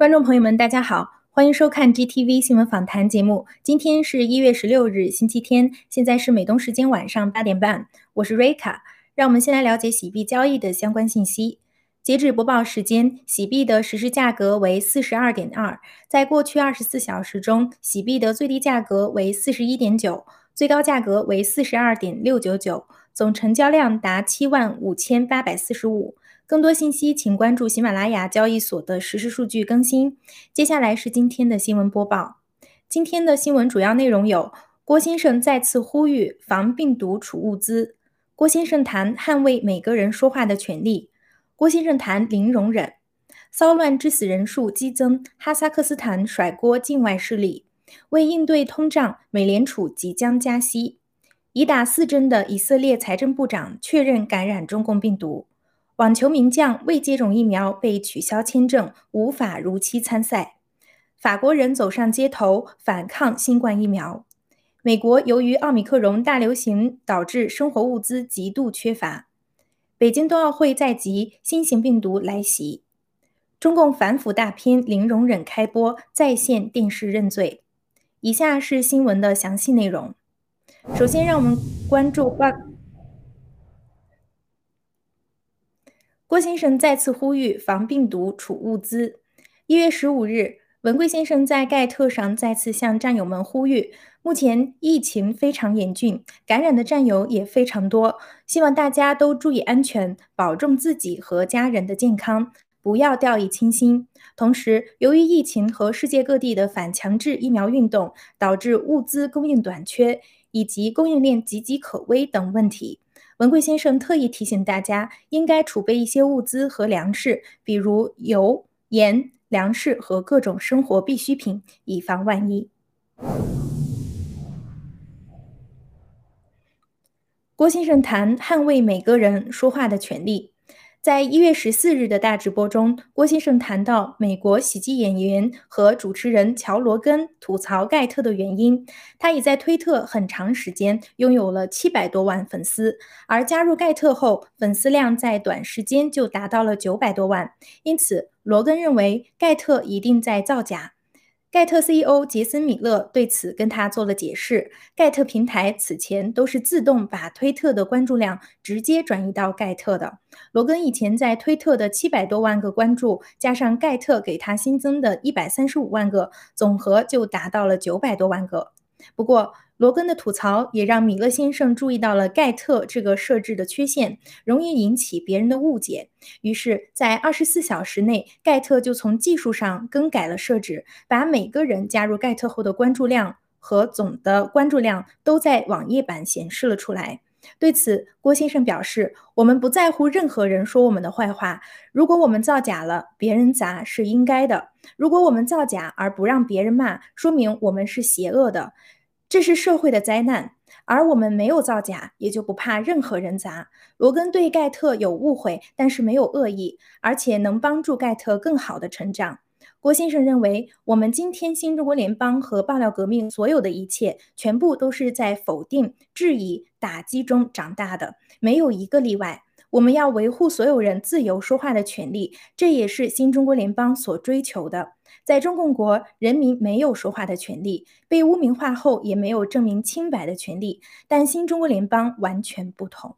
观众朋友们，大家好，欢迎收看 GTV 新闻访谈节目。今天是1月16日，星期天，现在是美东时间晚上8点半。我是 Reka， 让我们先来了解洗币交易的相关信息。截止播报时间，洗币的实时价格为 42.2， 在过去24小时中，洗币的最低价格为 41.9， 最高价格为 42.699， 总成交量达75845。更多信息请关注喜马拉雅交易所的实时数据更新。接下来是今天的新闻播报。今天的新闻主要内容有：郭先生再次呼吁防病毒储物资；郭先生谈捍卫每个人说话的权利；郭先生谈零容忍；骚乱致死人数激增，哈萨克斯坦甩锅境外势力；为应对通胀，美联储即将加息；已打4针的以色列财政部长确认感染中共病毒；网球名将未接种疫苗被取消签证，无法如期参赛；法国人走上街头反抗新冠疫苗；美国由于奥密克戎大流行导致生活物资极度缺乏；北京冬奥会在即，新型病毒来袭；中共反腐大片零容忍开播，在线电视认罪。以下是新闻的详细内容。首先让我们关注郭先生再次呼吁防病毒储物资。1月15日，文贵先生在盖特上再次向战友们呼吁，目前疫情非常严峻，感染的战友也非常多，希望大家都注意安全，保重自己和家人的健康，不要掉以轻心。同时，由于疫情和世界各地的反强制疫苗运动，导致物资供应短缺，以及供应链岌岌可危等问题，文贵先生特意提醒大家，应该储备一些物资和粮食，比如油、盐、粮食和各种生活必需品，以防万一。郭先生谈捍卫每个人说话的权利。在1月14日的大直播中，郭先生谈到美国喜剧演员和主持人乔·罗根吐槽盖特的原因。他已在推特很长时间拥有了700多万粉丝，而加入盖特后，粉丝量在短时间就达到了900多万。因此，罗根认为盖特一定在造假。盖特 CEO 杰森·米勒对此跟他做了解释，盖特平台此前都是自动把推特的关注量直接转移到盖特的。罗根以前在推特的700多万个关注，加上盖特给他新增的135万个，总和就达到了900多万个。不过，罗根的吐槽也让米勒先生注意到了盖特这个设置的缺陷，容易引起别人的误解。于是，在24小时内，盖特就从技术上更改了设置，把每个人加入盖特后的关注量和总的关注量都在网页版显示了出来。对此，郭先生表示，我们不在乎任何人说我们的坏话，如果我们造假了，别人砸是应该的；如果我们造假而不让别人骂，说明我们是邪恶的。这是社会的灾难，而我们没有造假，也就不怕任何人砸。罗根对盖特有误会，但是没有恶意，而且能帮助盖特更好的成长。郭先生认为，我们今天新中国联邦和爆料革命所有的一切，全部都是在否定、质疑、打击中长大的，没有一个例外。我们要维护所有人自由说话的权利，这也是新中国联邦所追求的。在中共国，人民没有说话的权利，被污名化后也没有证明清白的权利，但新中国联邦完全不同。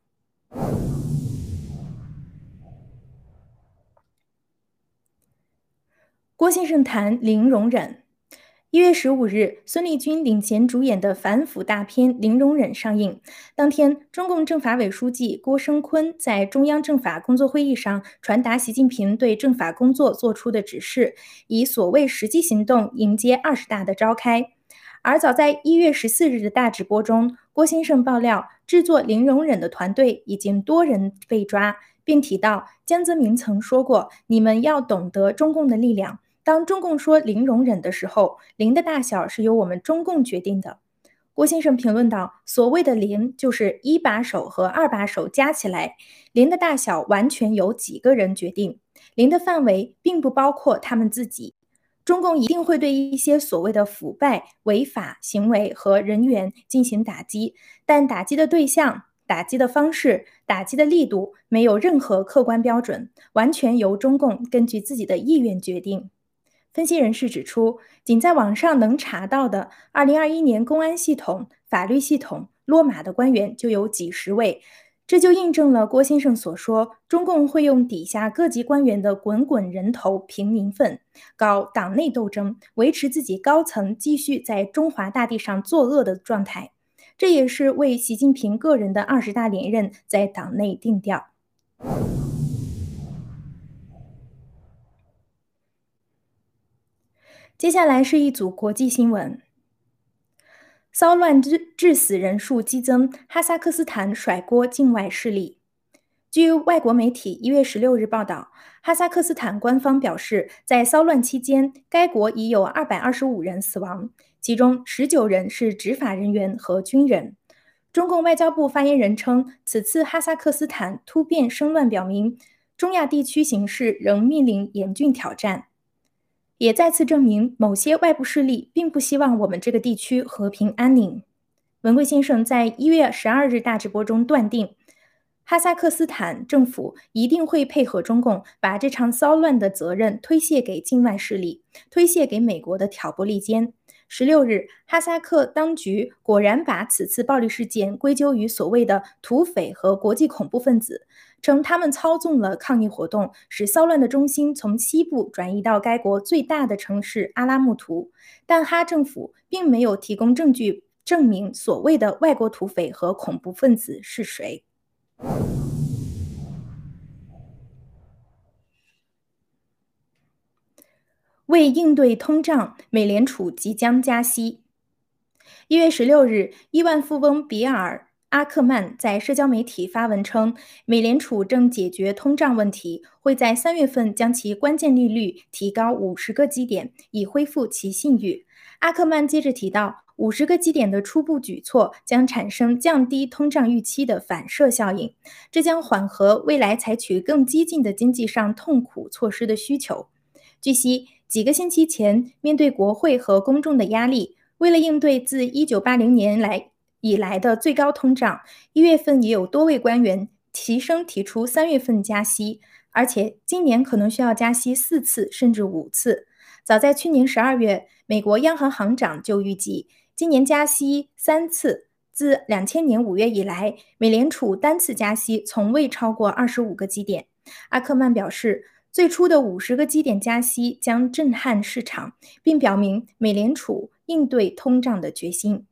郭先生谈零容忍。1月15日，孙立军领衔主演的反腐大片《零容忍》上映。当天，中共政法委书记郭声琨在中央政法工作会议上传达习近平对政法工作作出的指示，以所谓实际行动迎接20大的召开。而早在1月14日的大直播中，郭先生爆料，制作零容忍的团队已经多人被抓，并提到江泽民曾说过：“你们要懂得中共的力量。”当中共说零容忍的时候，零的大小是由我们中共决定的。郭先生评论道，所谓的零就是1把手和2把手加起来，零的大小完全由几个人决定，零的范围并不包括他们自己。中共一定会对一些所谓的腐败、违法行为和人员进行打击，但打击的对象、打击的方式、打击的力度没有任何客观标准，完全由中共根据自己的意愿决定。 分析人士指出，仅在网上能查到的2021年公安系统、法律系统落马的官员就有几十位，这就印证了郭先生所说，中共会用底下各级官员的滚滚人头平民愤，搞党内斗争，维持自己高层继续在中华大地上作恶的状态。这也是为习近平个人的20大连任在党内定调。接下来是一组国际新闻。骚乱致死人数激增，哈萨克斯坦甩锅境外势力。据外国媒体1月16日报道，哈萨克斯坦官方表示，在骚乱期间，该国已有225人死亡，其中19人是执法人员和军人。中共外交部发言人称，此次哈萨克斯坦突变生乱表明，中亚地区形势仍面临严峻挑战，也再次证明某些外部势力并不希望我们这个地区和平安宁。文贵先生在1月12日大直播中断定，哈萨克斯坦政府一定会配合中共，把这场骚乱的责任推卸给境外势力，推卸给美国的挑拨离间。16日，哈萨克当局果然把此次暴力事件归咎于所谓的土匪和国际恐怖分子，称他们操纵了抗议活动，使骚乱的中心从西部转移到该国最大的城市阿拉木图。但哈政府并没有提供证据证明所谓的外国土匪和恐怖分子是谁。为应对通胀，美联储即将加息。1月16日，亿万富翁比尔·阿克曼在社交媒体发文称，美联储正解决通胀问题，会在3月份将其关键利率提高50个基点，以恢复其信誉。阿克曼接着提到，50个基点的初步举措将产生降低通胀预期的反射效应，这将缓和未来采取更激进的经济上痛苦措施的需求。据悉，几个星期前，面对国会和公众的压力，为了应对自1980年以来的最高通胀，1月份也有多位官员提出3月份加息，而且今年可能需要加息4次甚至5次。早在去年12月，美国央行行长就预计今年加息3次。自2000年5月以来，美联储单次加息从未超过25个基点。阿克曼表示，最初的50个基点加息将震撼市场，并表明美联储应对通胀的决心。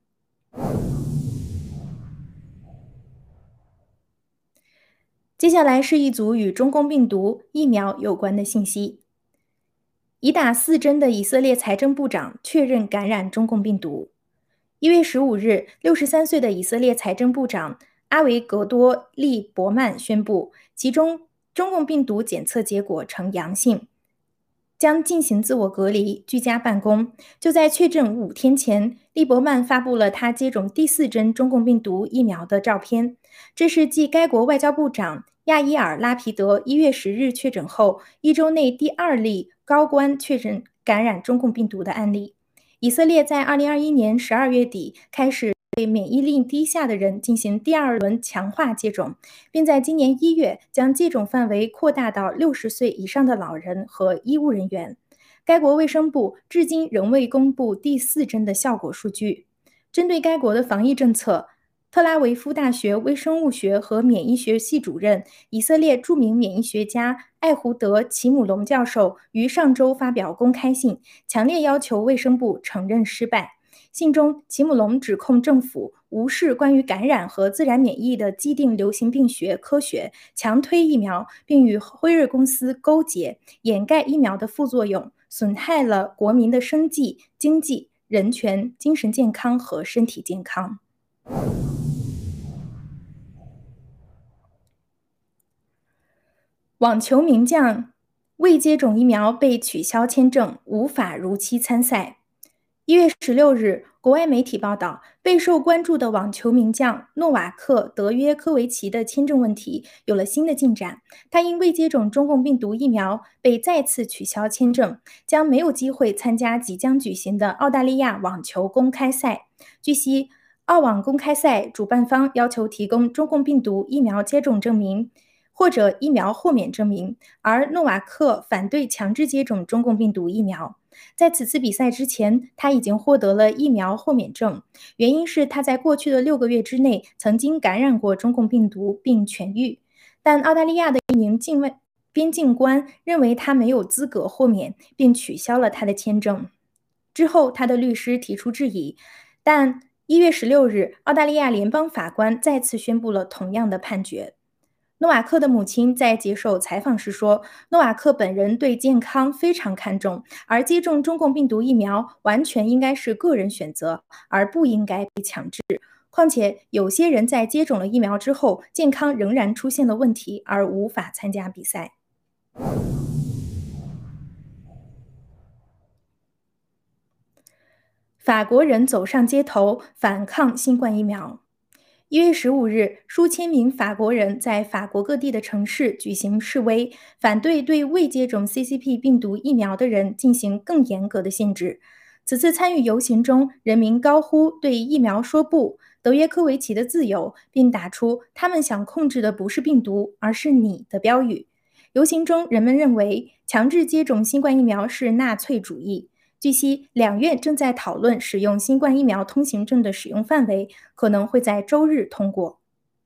接下来是一组与中共病毒疫苗有关的信息。已打4针的以色列财政部长确认感染中共病毒。1月15日，63岁的以色列财政部长阿维格多利伯曼宣布，其中中共病毒检测结果呈阳性，将进行自我隔离、居家办公。就在确诊5天前，利伯曼发布了他接种第4针中共病毒疫苗的照片。这是继该国外交部长亚伊尔·拉皮德1月10日确诊后，1周内第2例高官确诊感染中共病毒的案例。以色列在2021年12月底开始对免疫力低下的人进行第2轮强化接种，并在今年1月将接种范围扩大到60岁以上的老人和医务人员。该国卫生部至今仍未公布第4针的效果数据。针对该国的防疫政策，特拉维夫大学微生物学和免疫学系主任、以色列著名免疫学家艾胡德·齐姆隆教授于上周发表公开信，强烈要求卫生部承认失败。信中，齐姆隆指控政府无视关于感染和自然免疫的既定流行病学科学，强推疫苗，并与辉瑞公司勾结，掩盖疫苗的副作用，损害了国民的生计、经济、人权、精神健康和身体健康。网球名将未接种疫苗被取消签证，无法如期参赛。1月16日，国外媒体报道，备受关注的网球名将诺瓦克·德约科维奇的签证问题有了新的进展。他因未接种中共病毒疫苗被再次取消签证，将没有机会参加即将举行的澳大利亚网球公开赛。据悉，澳网公开赛主办方要求提供中共病毒疫苗接种证明或者疫苗豁免证明，而诺瓦克反对强制接种中共病毒疫苗。 在此次比赛之前，他已经获得了疫苗豁免证，原因是他在过去的6个月之内曾经感染过中共病毒并痊愈。但澳大利亚的一名边境官认为他没有资格豁免，并取消了他的签证。之后，他的律师提出质疑，但1月16日，澳大利亚联邦法官再次宣布了同样的判决。诺瓦克的母亲在接受采访时说，诺瓦克本人对健康非常看重，而接种中共病毒疫苗完全应该是个人选择，而不应该被强制。况且，有些人在接种了疫苗之后，健康仍然出现了问题，而无法参加比赛。法国人走上街头反抗新冠疫苗。1月15日，数千名法国人在法国各地的城市举行示威，反对对未接种 CCP 病毒疫苗的人进行更严格的限制。此次参与游行中，人民高呼对疫苗说不、德约科维奇的自由，并打出他们想控制的不是病毒，而是你的标语。游行中，人们认为强制接种新冠疫苗是纳粹主义。据悉，2院正在讨论使用新冠疫苗通行证的使用范围，可能会在周日通过。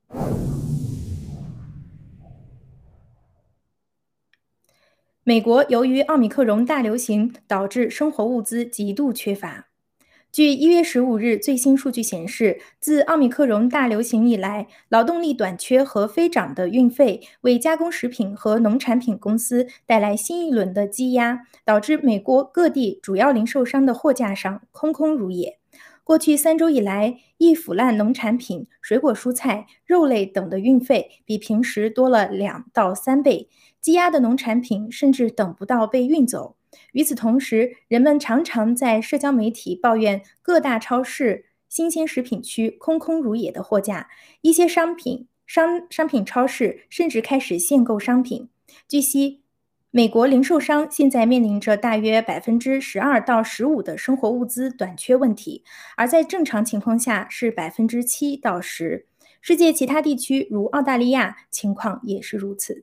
美国由于奥密克戎大流行，导致生活物资极度缺乏。据1月15日最新数据显示，自奥密克戎大流行以来，劳动力短缺和飞涨的运费为加工食品和农产品公司带来新一轮的积压，导致美国各地主要零售商的货架上空空如也。过去3周以来，易腐烂农产品、水果蔬菜、肉类等的运费比平时多了2到3倍，积压的农产品甚至等不到被运走。与此同时，人们常常在社交媒体抱怨各大超市、新鲜食品区空空如也的货架，一些商品超市甚至开始限购商品。据悉，美国零售商现在面临着大约12%到15%的生活物资短缺问题，而在正常情况下是7%到10%。世界其他地区如澳大利亚情况也是如此。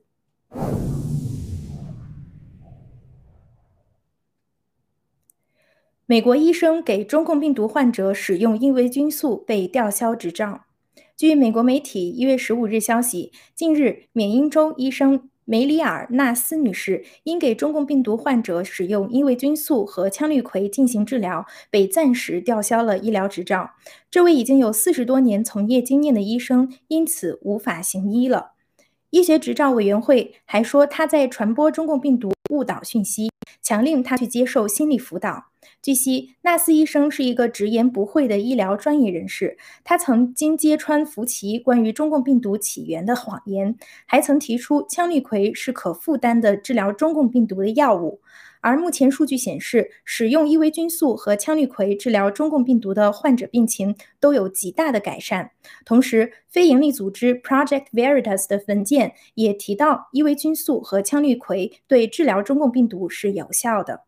美国医生给中共病毒患者使用伊维菌素被吊销执照。据美国媒体1月15日消息，近日缅因州医生梅里尔·纳斯女士因给中共病毒患者使用伊维菌素和羟氯喹进行治疗，被暂时吊销了医疗执照。这位已经有40多年从业经验的医生因此无法行医了。医学执照委员会还说，他在传播中共病毒误导讯息，强令他去接受心理辅导。据悉，纳斯医生是一个直言不讳的医疗专业人士，他曾经揭穿福奇关于中共病毒起源的谎言，还曾提出羟氯喹是可负担的治疗中共病毒的药物。而目前数据显示，使用伊维菌素和羟氯喹治疗中共病毒的患者病情都有极大的改善。同时，非营利组织 Project Veritas 的文件也提到，伊维菌素和羟氯喹对治疗中共病毒是有效的。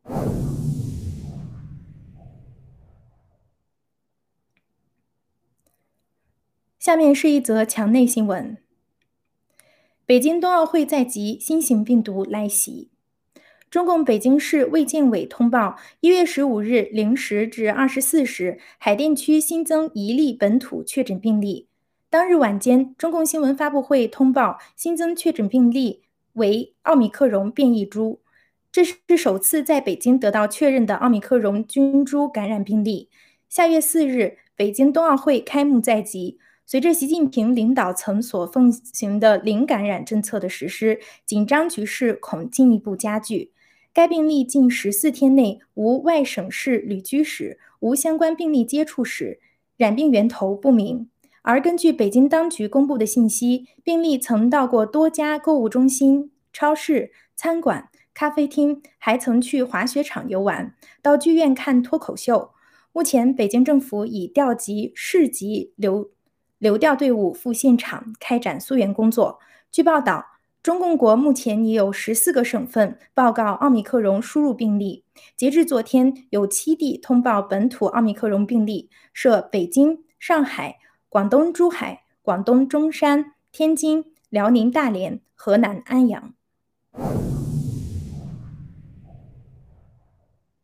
下面是一则墙内新闻：北京冬奥会在即，新型病毒来袭。中共北京市卫健委通报，1月15日0时至24时，海淀区新增1例本土确诊病例。当日晚间，中共新闻发布会通报，新增确诊病例为奥密克戎变异株，这是首次在北京得到确认的奥密克戎菌株感染病例。下月4日，北京冬奥会开幕在即。随着习近平领导层所奉行的零感染政策的实施，紧张局势恐进一步加剧。该病例近14天内无外省市旅居史，无相关病例接触史，染病源头不明。而根据北京当局公布的信息，病例曾到过多家购物中心、超市、餐馆、咖啡厅，还曾去滑雪场游玩，到剧院看脱口秀。目前，北京政府已调集市级流调队伍赴现场开展溯源工作。据报道，中共国目前已有14个省份报告奥密克戎输入病例，截至昨天，有7地通报本土奥密克戎病例，涉北京、上海、广东珠海、广东中山、天津、辽宁大连、河南安阳。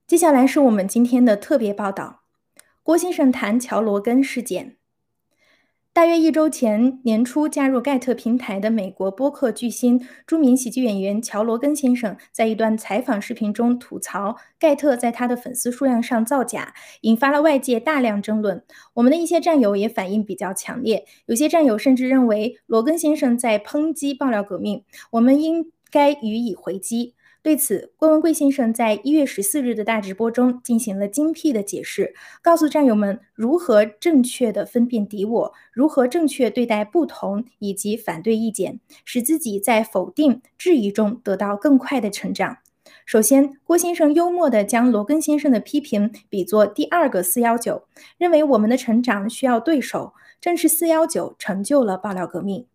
接下来是我们今天的特别报道：郭先生谈乔罗根事件。大约1周前，年初加入盖特平台的美国播客巨星、著名喜剧演员乔罗根先生，在一段采访视频中吐槽盖特在他的粉丝数量上造假，引发了外界大量争论。我们的一些战友也反应比较强烈，有些战友甚至认为罗根先生在抨击爆料革命，我们应该予以回击。对此，郭文贵先生在1月14日的大直播中进行了精辟的解释，告诉战友们如何正确地分辨敌我，如何正确对待不同以及反对意见，使自己在否定、质疑中得到更快的成长。首先，郭先生幽默地将罗根先生的批评比作第2个419，认为我们的成长需要对手，正是419成就了爆料革命。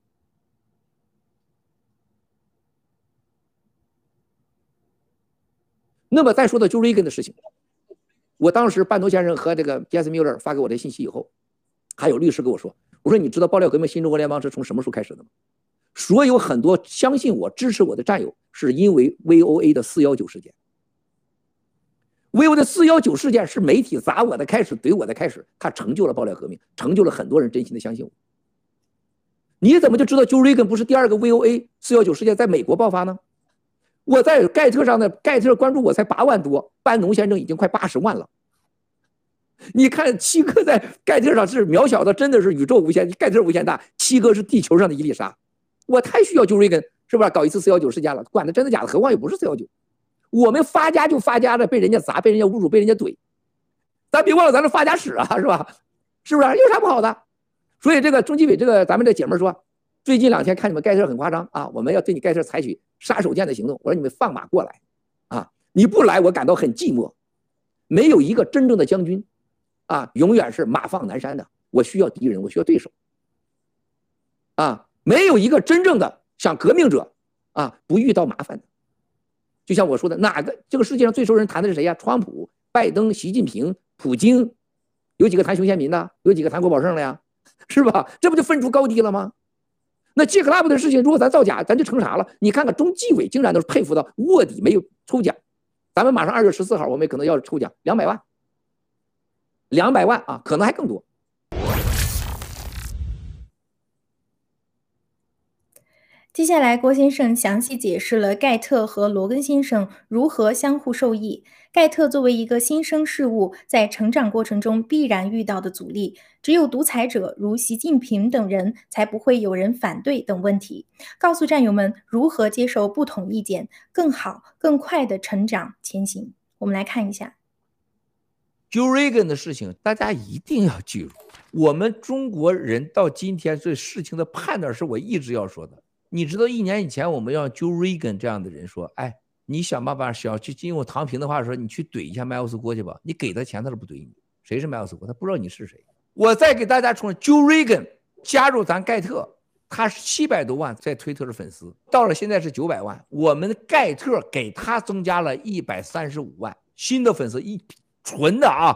那么再说到 Joe Rogan 的事情，我当时半头先生和这个 Jesse Miller 发给我的信息以后，还有律师跟我说，我说你知道爆料革命新中国联邦是从什么时候开始的吗？所有很多相信我、支持我的战友，是因为 VOA 的419事件。VOA 的419事件是媒体砸我的开始，怼我的开始，它成就了爆料革命，成就了很多人真心的相信我。你怎么就知道 Joe Rogan 不是第2个 VOA 419事件在美国爆发呢？我在盖特上的盖特关注我才8万多，班农先生已经快80万了。你看七哥在盖特上是渺小的，真的是宇宙无限，盖特无限大，七哥是地球上的一粒沙。我太需要Joe Rogan是不是搞一次419事件了？管他真的假的，何况又不是419。我们发家就发家的，被人家砸，被人家侮辱，被人家怼，咱别忘了咱是发家史啊，是吧？是不是？有啥不好的？所以这个中纪委这个咱们这姐妹说，最近2天看你们盖特很夸张啊，我们要对你盖特采取杀手锏的行动。我说你们放马过来啊！你不来，我感到很寂寞。没有一个真正的将军啊，永远是马放南山的。我需要敌人，我需要对手啊！没有一个真正的像革命者啊，不遇到麻烦的。就像我说的，哪个这个世界上最受人谈的是谁呀？川普、拜登、习近平、普京，有几个谈熊宪民的？有几个谈郭宝胜了呀？是吧？这不就分出高低了吗？那 G Club 的事情，如果咱造假，咱就成啥了？你看看中纪委竟然都是佩服到卧底没有抽奖，咱们马上2月14号，我们可能要抽奖200万，200万啊，可能还更多。 接下来，郭先生详细解释了盖特和罗根先生如何相互受益。盖特作为一个新生事物，在成长过程中必然遇到的阻力，只有独裁者如习近平等人才不会有人反对等问题，告诉战友们如何接受不同意见，更好、更快的成长前行。我们来看一下 Joe Rogan 的事情，大家一定要记住。我们中国人到今天对事情的判断是我一直要说的。你知道1年以前我们要 Joe Rogan 这样的人说，哎，你想办法想去用唐平的话说，你去怼一下麦奥斯郭去吧，你给他钱他都不怼你。谁是麦奥斯郭？他不知道你是谁。我再给大家说 Joe Rogan 加入咱盖特，他是700多万在推特的粉丝，到了现在是900万。我们盖特给他增加了135万新的粉丝，纯的啊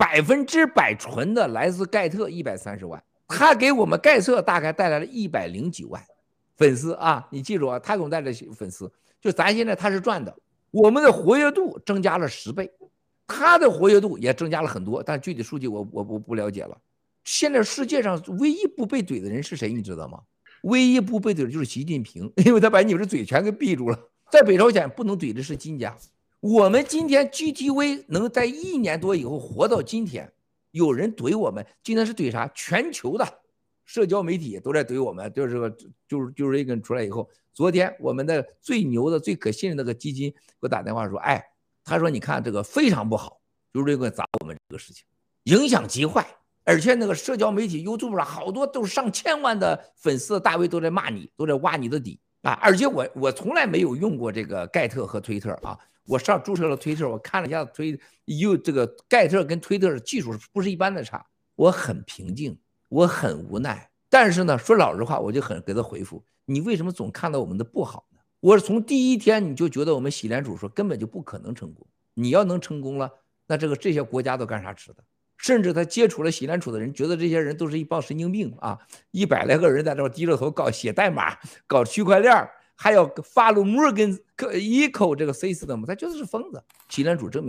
，100%纯的来自盖特130万，他给我们盖特大概带来了100几万。粉丝啊，你记住啊，他给我们带来的粉丝，就咱现在他是赚的，我们的活跃度增加了10倍，他的活跃度也增加了很多，但具体数据我不了解了。现在世界上唯一不被怼的人是谁，你知道吗？唯一不被怼的就是习近平，因为他把你们的嘴全给闭住了。在北朝鲜不能怼的是金家。我们今天 GTV 能在1年多以后活到今天，有人怼我们，今天是怼啥？全球的社交媒体都在怼我们，就是这个就是这个出来以后，昨天我们的最牛的、最可信任的那个基金给我打电话说，哎，他说你看这个非常不好，就是这个砸我们这个事情，影响极坏，而且那个社交媒体 YouTube 上好多都是上千万的粉丝的大 V 都在骂你，都在挖你的底啊！而且我从来没有用过这个盖特和推特啊，我上注册了推特，我看了一下这个盖特跟推特的技术不是一般的差，我很平静。我很无奈，但是呢，说老实话，我就很给他回复：你为什么总看到我们的不好呢？我是从第一天你就觉得我们喜联储说根本就不可能成功，你要能成功了，那这些国家都干啥吃的？甚至他接触了喜联储的人，觉得这些人都是一帮神经病啊！100来个人在这低着头搞写代码、搞区块链，还要follow Morgan eco 这个 system， 他觉得是疯子。喜联储证明给他，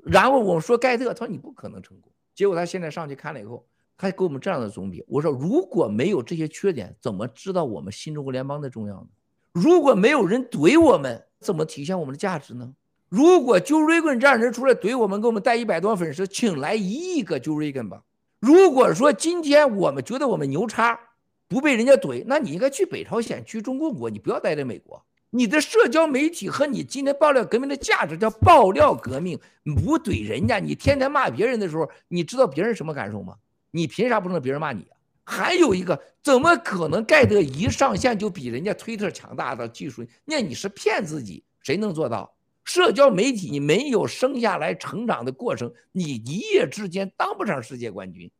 然后我们说盖特，他说你不可能成功。结果他现在上去看了以后，他给我们这样的总比。我说如果没有这些缺点，怎么知道我们新中国联邦的重要呢？如果没有人怼我们，怎么体现我们的价值呢？如果Joe Rogan这样人出来怼我们，给我们带100多万粉丝，请来1亿个Joe Rogan吧。如果说今天我们觉得我们牛叉，不被人家怼，那你应该去北朝鲜，去中共国，你不要待在美国。你的社交媒体和你今天爆料革命的价值叫爆料革命，不怼人家，你天天骂别人的时候，你知道别人什么感受吗？你凭啥不能别人骂你啊？还有一个，怎么可能盖德一上线就比人家推特强大的技术？那你是骗自己，谁能做到？社交媒体你没有生下来成长的过程，你一夜之间当不上世界冠军。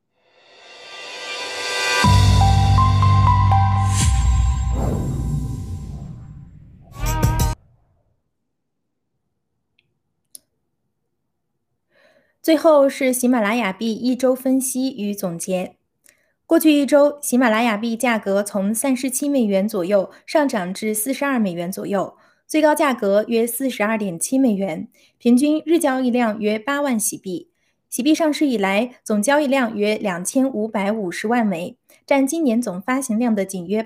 最后是喜马拉雅币一周分析与总结。过去一周，喜马拉雅币价格从37美元左右上涨至42美元左右，最高价格约42.7美元，平均日交易量约8万喜币。喜币上市以来，总交易量约2550万枚，占今年总发行量的仅约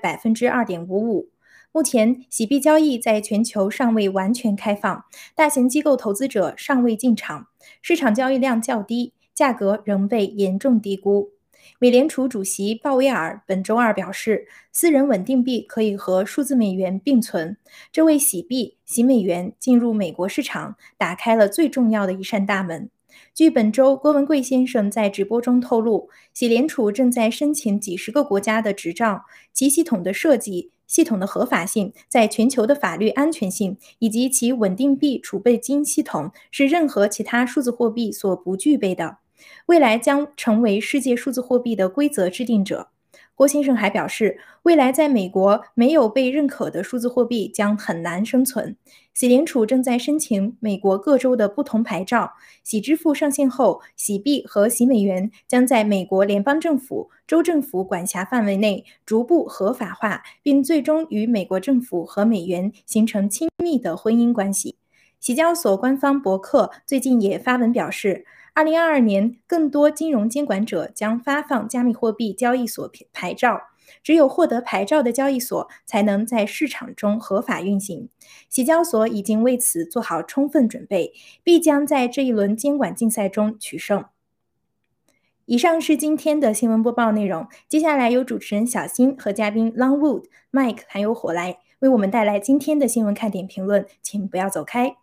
2.55%。目前，喜币交易在全球尚未完全开放，大型机构投资者尚未进场，市场交易量较低，价格仍被严重低估。美联储主席鲍威尔本周二表示，私人稳定币可以和数字美元并存，这为喜币、喜美元进入美国市场打开了最重要的一扇大门。据本周郭文贵先生在直播中透露，喜联储正在申请几十个国家的执照，其系统的设计、系统的合法性、在全球的法律安全性以及其稳定币储备金系统是任何其他数字货币所不具备的。未来将成为世界数字货币的规则制定者。郭先生还表示，未来在美国没有被认可的数字货币将很难生存。喜联储正在申请美国各州的不同牌照，喜支付上线后，喜币和喜美元将在美国联邦政府、州政府管辖范围内逐步合法化，并最终与美国政府和美元形成亲密的婚姻关系。喜交所官方博客最近也发文表示，2022年，更多金融监管者将发放加密货币交易所牌照，只有获得牌照的交易所才能在市场中合法运行。喜交所已经为此做好充分准备，必将在这一轮监管竞赛中取胜。以上是今天的新闻播报内容，接下来由主持人小新和嘉宾 Longwood、Mike 还有火来为我们带来今天的新闻看点评论，请不要走开。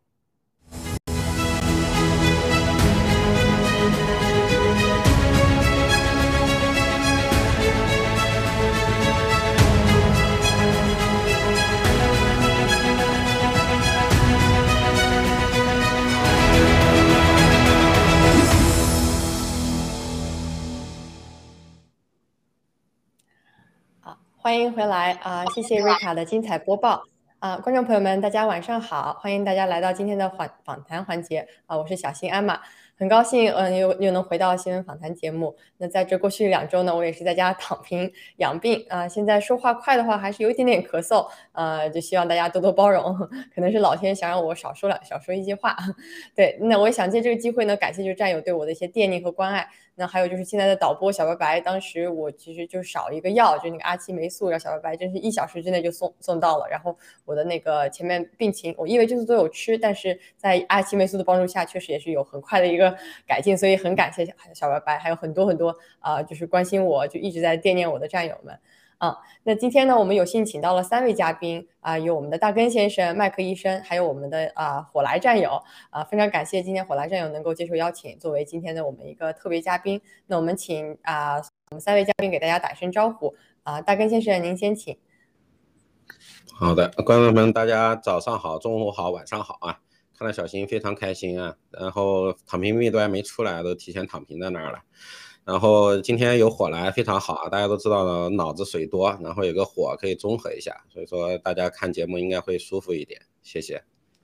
欢迎回来啊！谢谢瑞卡的精彩播报啊！观众朋友们，大家晚上好，欢迎大家来到今天的访谈环节啊！我是小新艾玛，很高兴又能回到新闻访谈节目。那在这过去2周呢，我也是在家躺平养病啊，现在说话快的话还是有一点点咳嗽，就希望大家多多包容，可能是老天想让我少说一些话。对，那我也想借这个机会呢，感谢战友对我的一些惦念和关爱。那还有就是现在的导播小白白，当时我其实就少一个药，就那个阿奇霉素，然后小白白真是1小时之内就送到了。然后我的那个前面病情，我因为这次都有吃，但是在阿奇霉素的帮助下，确实也是有很快的一个改进，所以很感谢小白白，还有很多就是关心我，就一直在惦念我的战友们。那今天呢，我们有幸请到了3位嘉宾有我们的大根先生、麦克医生，还有我们的火来战友非常感谢今天火来战友能够接受邀请，作为今天的我们一个特别嘉宾。那我们请我们3位嘉宾给大家打声招呼大根先生您先请。 好的，观众们大家早上好、中午好、晚上好啊！看到小新非常开心啊，然后躺平币都还没出来，都提前躺平在那儿了。然后今天有火来非常好啊，大家都知道的脑子水多，然后有个火可以中和一下，所以说大家看节目应该会舒服一点，谢谢。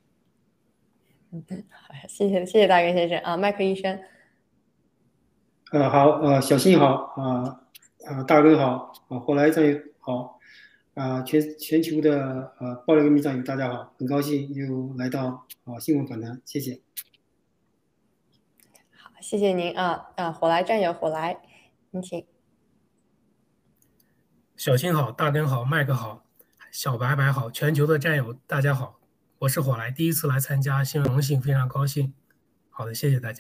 谢谢大根先生麦克医生。 好小新好大根好火来战友好全球的爆料革命战友大家好，很高兴又来到新闻访谈，谢谢。 谢谢您火来战友火来，您请。 小新好，大根好，麦克好，小白白好，全球的战友大家好，我是火来，第一次来参加，新闻荣幸，非常高兴。好的，谢谢大家。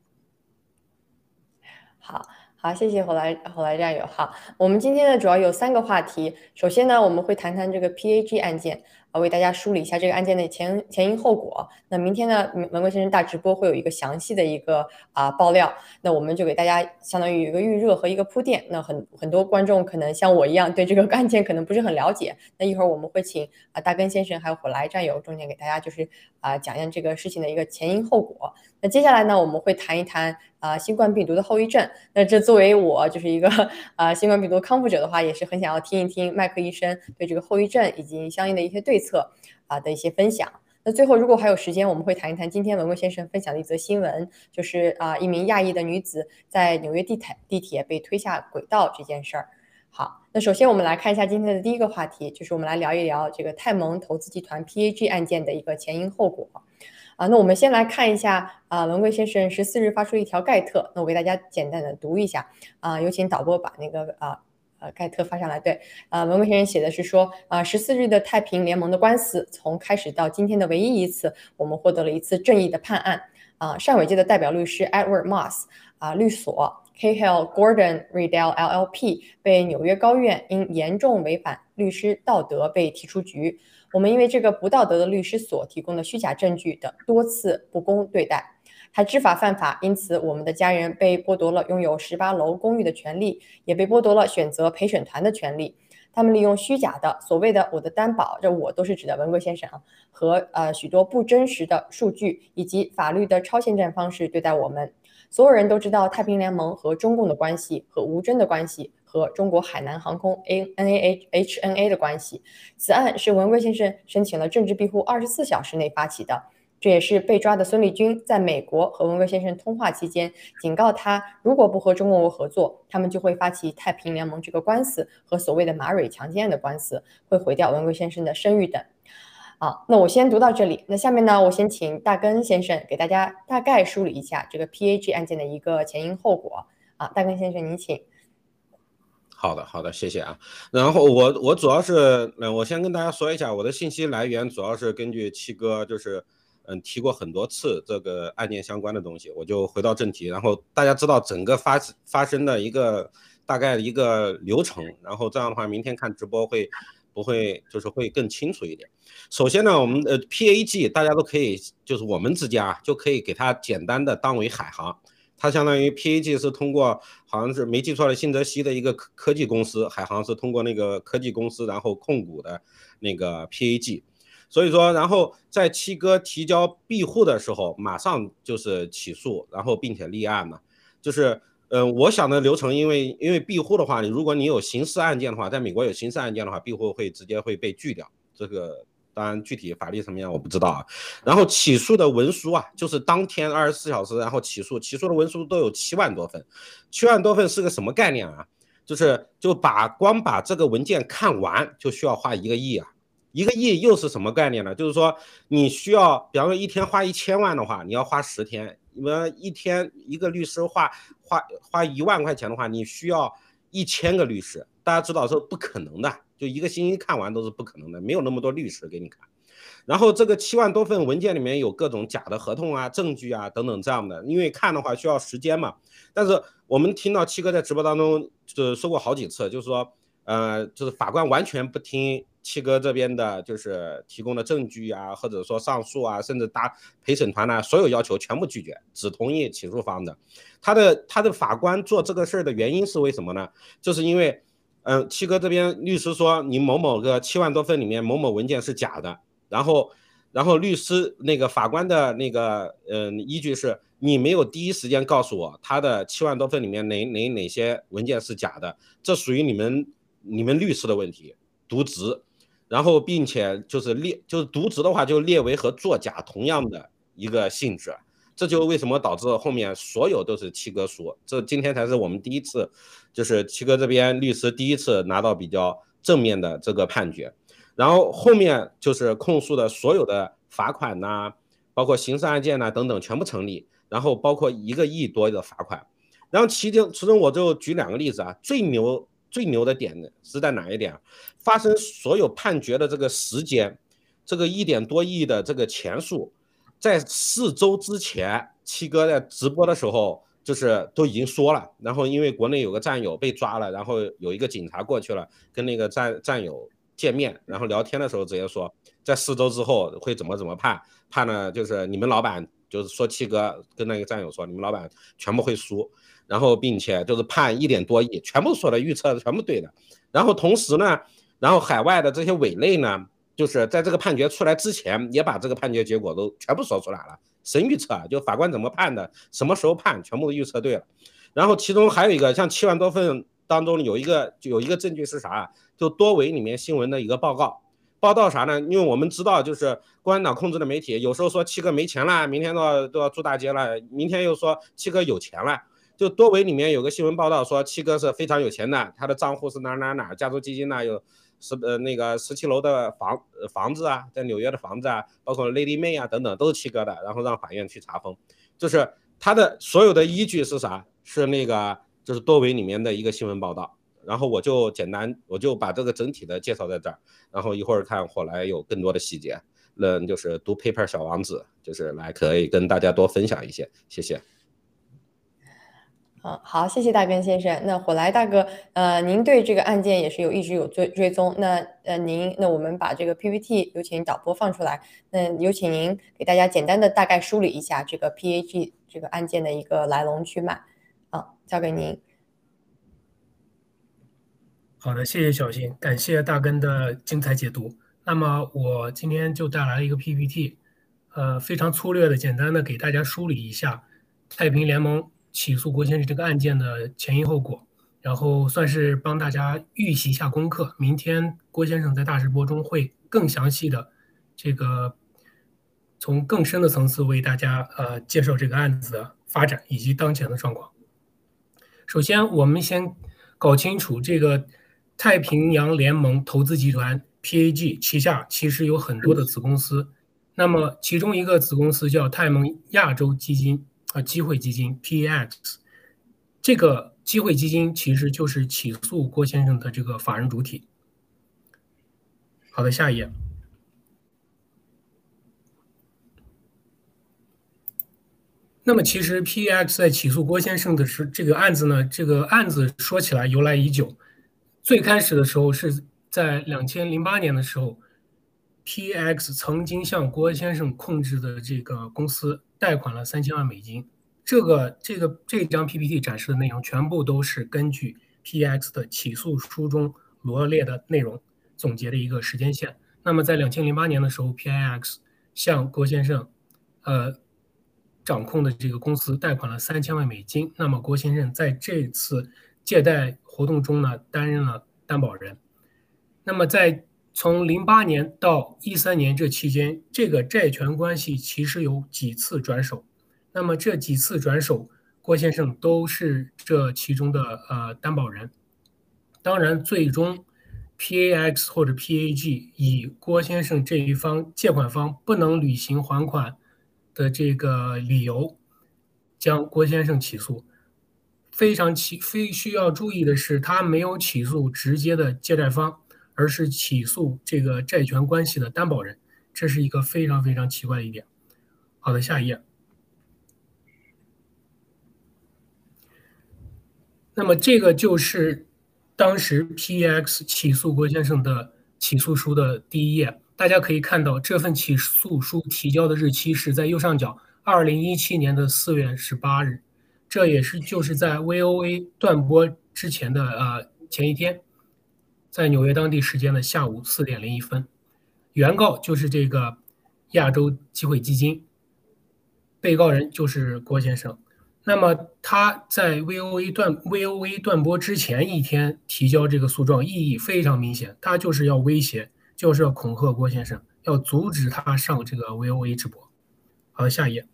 好，谢谢火来战友。好，我们今天呢主要有3个话题。首先呢，我们会谈谈这个 PAG 案件，为大家梳理一下这个案件的前因后果。那明天呢，文贵先生大直播会有一个详细的一个爆料，那我们就给大家相当于有一个预热和一个铺垫。那很多观众可能像我一样对这个案件可能不是很了解，那一会儿我们会请大根先生还有火来战友中间给大家就是讲讲这个事情的一个前因后果。那接下来呢，我们会谈一谈新冠病毒的后遗症。那这作为我就是一个新冠病毒康复者的话，也是很想要听一听麦克医生对这个后遗症以及相应的一些对策的一些分享。那最后如果还有时间，我们会谈一谈今天文贵先生分享的一则新闻，就是一名亚裔的女子在纽约地铁被推下轨道这件事儿。好，那首先我们来看一下今天的第一个话题，就是我们来聊一聊这个泰蒙投资集团 PAG 案件的一个前因后果。那我们先来看一下文贵先生14日发出一条盖特，那我给大家简单的读一下有请导播把那个盖特发上来。对，文贵先生写的是说14日的太平联盟的官司从开始到今天的唯一一次，我们获得了一次正义的判案。上尾界的代表律师 Edward Moss 律所 Cahill Gordon Riddell LLP 被纽约高院因严重违反律师道德被踢出局。我们因为这个不道德的律师所提供的虚假证据的多次不公对待，他知法犯法，因此我们的家人被剥夺了拥有18楼公寓的权利，也被剥夺了选择陪审团的权利。他们利用虚假的所谓的我的担保，这我都是指的文贵先生和许多不真实的数据以及法律的超限战方式对待我们。所有人都知道太平联盟和中共的关系，和吴征的关系，和中国海南航空 HNA 的关系。此案是文贵先生申请了政治庇护24小时内发起的，这也是被抓的孙立军在美国和文贵先生通话期间警告他，如果不和中共国合作，他们就会发起太平联盟这个官司和所谓的马蕊强奸案的官司，会毁掉文贵先生的声誉等。那我先读到这里。那下面呢，我先请大根先生给大家大概梳理一下这个 PAG 案件的一个前因后果。大根先生，您请。 好的，谢谢啊。然后我主要是，我先跟大家说一下，我的信息来源主要是根据七哥就是提过很多次这个案件相关的东西，我就回到正题。然后大家知道整个发生的一个大概的一个流程，然后这样的话，明天看直播会更清楚一点。首先呢，我们PAG 大家都可以，就是我们之家就可以给它简单的当为海航。它相当于 PAG 是通过好像是没记错的新泽西的一个科技公司，海航是通过那个科技公司然后控股的那个 PAG。所以说，然后在七哥提交庇护的时候，马上就是起诉，然后并且立案嘛。就是我想的流程，因为庇护的话，如果你有刑事案件的话，在美国有刑事案件的话，庇护会直接会被拒掉。这个当然具体法律什么样我不知道啊。然后起诉的文书啊，就是当天24小时，然后起诉的文书都有7万多份，7万多份是个什么概念啊？光把这个文件看完就需要花1个亿啊。1个亿又是什么概念呢？就是说你需要，比方说一天花1000万的话，你要花10天。你们一天一个律师花1万块钱的话，你需要1000个律师。大家知道是不可能的，就1个星期看完都是不可能的，没有那么多律师给你看。然后这个7万多份文件里面有各种假的合同啊、证据啊等等这样的，因为看的话需要时间嘛。但是我们听到七哥在直播当中就说过好几次，就是说就是法官完全不听七哥这边的就是提供的证据啊，或者说上诉啊，甚至打陪审团啊，所有要求全部拒绝，只同意起诉方的。他的法官做这个事儿的原因是为什么呢？就是因为七哥这边律师说你某个7万多份里面某文件是假的，然后律师那个法官的那个依据是你没有第一时间告诉我他的7万多份里面哪些文件是假的，这属于你们律师的问题，渎职。然后并且就是渎职的话就列为和作假同样的一个性质，这就为什么导致后面所有都是七哥输。这今天才是我们第一次，就是七哥这边律师第一次拿到比较正面的这个判决。然后后面就是控诉的所有的罚款呐，包括刑事案件呐等等全部成立。 然后包括1个亿多的罚款。然后其中我就举2个例子啊，最牛的点是在哪一点？发生所有判决的这个时间，这个1点多亿的这个钱数，在4周之前，七哥在直播的时候就是都已经说了，然后因为国内有个战友被抓了，然后有一个警察过去了，跟那个战友见面，然后聊天的时候直接说，在4周之后会怎么判呢？就是你们老板，就是说七哥跟那个战友说，你们老板全部会输，然后并且就是判1点多亿，全部说的预测全部对的。然后同时呢，然后海外的这些伪类呢，就是在这个判决出来之前，也把这个判决结果都全部说出来了，神预测，就法官怎么判的，什么时候判，全部都预测对了。然后其中还有一个像7万多份当中有一个证据是啥？就多维里面新闻的一个报道啥呢？因为我们知道，就是共产党控制的媒体，有时候说七哥没钱了，明天都要住大街了，明天又说七哥有钱了。就多维里面有个新闻报道说，七哥是非常有钱的，他的账户是哪，家族基金呢有那个17楼的房子啊，在纽约的房子啊，包括 Lady May 啊等等，都是七哥的，然后让法院去查封。就是他的所有的依据是啥？是那个就是多维里面的一个新闻报道。然后我就把这个整体的介绍在这儿，然后一会儿看火来有更多的细节，就是读 paper 小王子，就是来可以跟大家多分享一些，谢谢。 好，谢谢大根先生。那火来大哥，您对这个案件也是一直有追踪。那我们把这个 PPT 有请导播放出来。那有请您给大家简单的大概梳理一下这个 PAG 这个案件的一个来龙去脉。交给您。 好的，谢谢小新，感谢大根的精彩解读。那么我今天就带来了一个 PPT，非常粗略的、简单的给大家梳理一下太平联盟起诉郭先生这个案件的前因后果，然后算是帮大家预习一下功课。明天郭先生在大直播中会更详细的这个从更深的层次为大家介绍这个案子的发展以及当前的状况。首先，我们先搞清楚这个太平洋联盟投资集团 PAG 旗下其实有很多的子公司，那么其中一个子公司叫泰蒙亚洲基金机会基金 PAX， 这个机会基金其实就是起诉郭先生的这个法人主体。好的，下一页。那么其实 PAX 在起诉郭先生的这个案子呢，这个案子说起来由来已久。最开始的时候是在2008年的时候 ，PAX 曾经向郭先生控制的这个公司贷款了3000万美金。这张 PPT 展示的内容全部都是根据 PAX 的起诉书中罗列的内容总结的一个时间线。那么在2008年的时候 ，PAX 向郭先生掌控的这个公司贷款了3000万美金。那么郭先生在这次借贷活动中呢，担任了担保人。那么从08年到13年这期间，这个债权关系其实有几次转手。那么这几次转手，郭先生都是这其中的担保人。当然，最终 PAX 或者 PAG 以郭先生这一方借款方不能履行还款的这个理由，将郭先生起诉。非需要注意的是，他没有起诉直接的借贷方，而是起诉这个债权关系的担保人，这是一个非常非常奇怪的一点。好的，下一页。那么这个就是当时 PAX 起诉郭先生的起诉书的第一页，大家可以看到这份起诉书提交的日期是在右上角，2017年4月18日，这也就是在 VOA 断播之前的前一天，在纽约当地时间的下午4点01分。原告就是这个亚洲机会基金，被告人就是郭先生。那么他在 VOA 断播之前一天提交这个诉状，意义非常明显，他就是要威胁，就是要恐吓郭先生，要阻止他上这个 VOA 直播。好，下一页。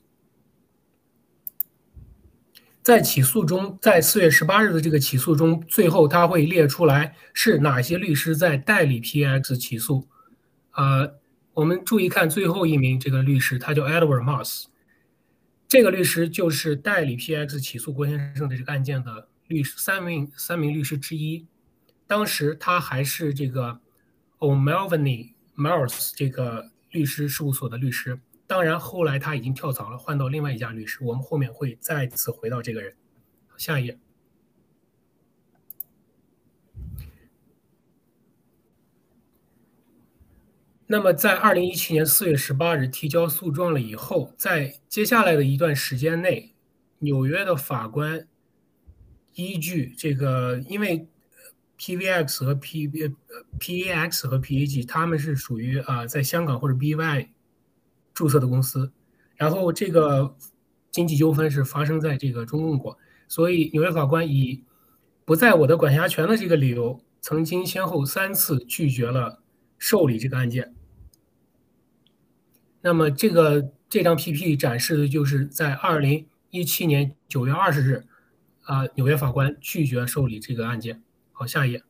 在起诉中，在4月18日的这个起诉中，最后他会列出来是哪些律师在代理 PAX 起诉。我们注意看最后一名这个律师，他叫 Edward Moss。 这个律师就是代理 PX 起诉郭先生的这个案件的律师三名律师之一。当时他还是这个 O'Melveny Miles 这个律师事务所的律师。当然，后来他已经跳槽了，换到另外一家律师。我们后面会再次回到这个人。下一页。那么，在2017年4月18日提交诉状了以后，在接下来的一段时间内，纽约的法官依据这个，因为 PVX 和 PAX 和 PAG 他们是属于在香港或者 BVI 注册的公司，然后这个经济纠纷是发生在这个中共国，所以纽约法官以不在我的管辖权的这个理由，曾经先后3次拒绝了受理这个案件。那么这张 PPT 展示的就是在2017年9月20日，纽约法官拒绝受理这个案件。好，下一页。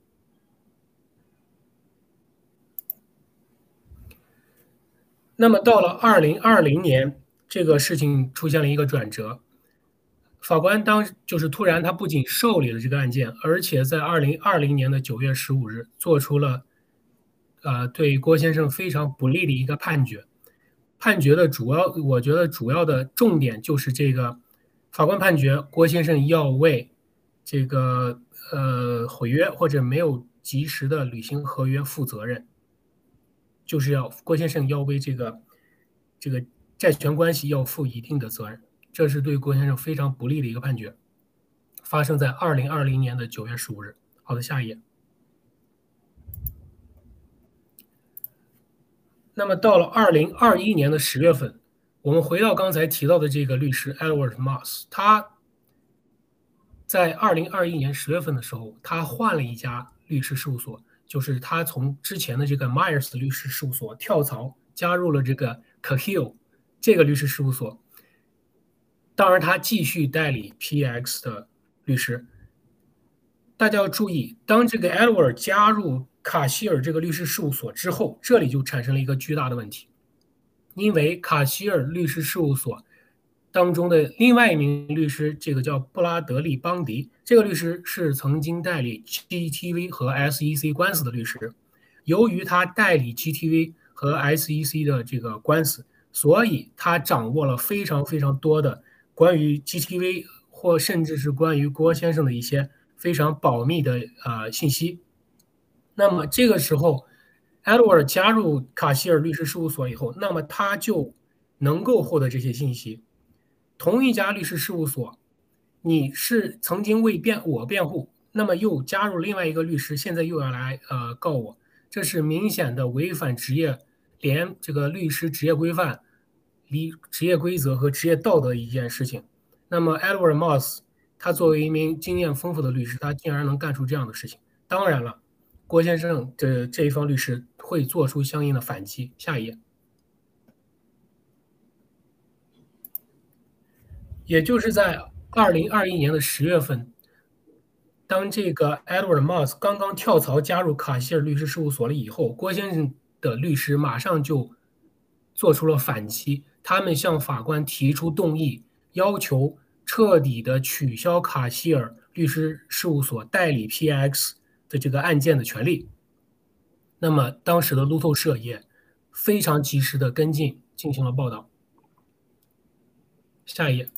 那么到了2020年，这个事情出现了一个转折。法官就是突然他不仅受理了这个案件，而且在2020年的9月15日做出了对郭先生非常不利的一个判决。判决的我觉得主要的重点就是这个法官判决郭先生要为这个毁约或者没有及时的履行合约负责任，就是郭先生要为这个债权关系要负一定的责任，这是对郭先生非常不利的一个判决，发生在2020年的9月15日。好的，下一页。那么到了2021年的10月份，我们回到刚才提到的这个律师 Edward Moss， 他在2021年10月份的时候，他换了一家律师事务所，就是他从之前的这个 Myers 律师事务所跳槽，加入了这个 Cahill 这个律师事务所。当然，他继续代理 PX 的律师。大家要注意，当这个 Edward 加入卡希尔这个律师事务所之后，这里就产生了一个巨大的问题，因为卡希尔律师事务所当中的另外一名律师，这个叫布拉德利·邦迪，这个律师是曾经代理 GTV 和 SEC 官司的律师。由于他代理 GTV 和 SEC 的这个官司，所以他掌握了非常非常多的关于 GTV 或甚至是关于郭先生的一些非常保密的信息。那么这个时候 Edward 加入卡希尔律师事务所以后，那么他就能够获得这些信息。同一家律师事务所，你是曾经为我辩护，那么又加入另外一个律师，现在又要来告我，这是明显的违反这个律师职业规范、职业规则和职业道德的一件事情。那么 Edward Moss 他作为一名经验丰富的律师，他竟然能干出这样的事情。当然了，郭先生的这一方律师会做出相应的反击。下一页。也就是在2021年的10月份，当这个 Edward Moss 刚刚跳槽加入卡希尔律师事务所了以后，郭先生的律师马上就做出了反击，他们向法官提出动议，要求彻底的取消卡希尔律师事务所代理 PX 的这个案件的权利。那么当时的路透社也非常及时的跟进，进行了报道。下一页。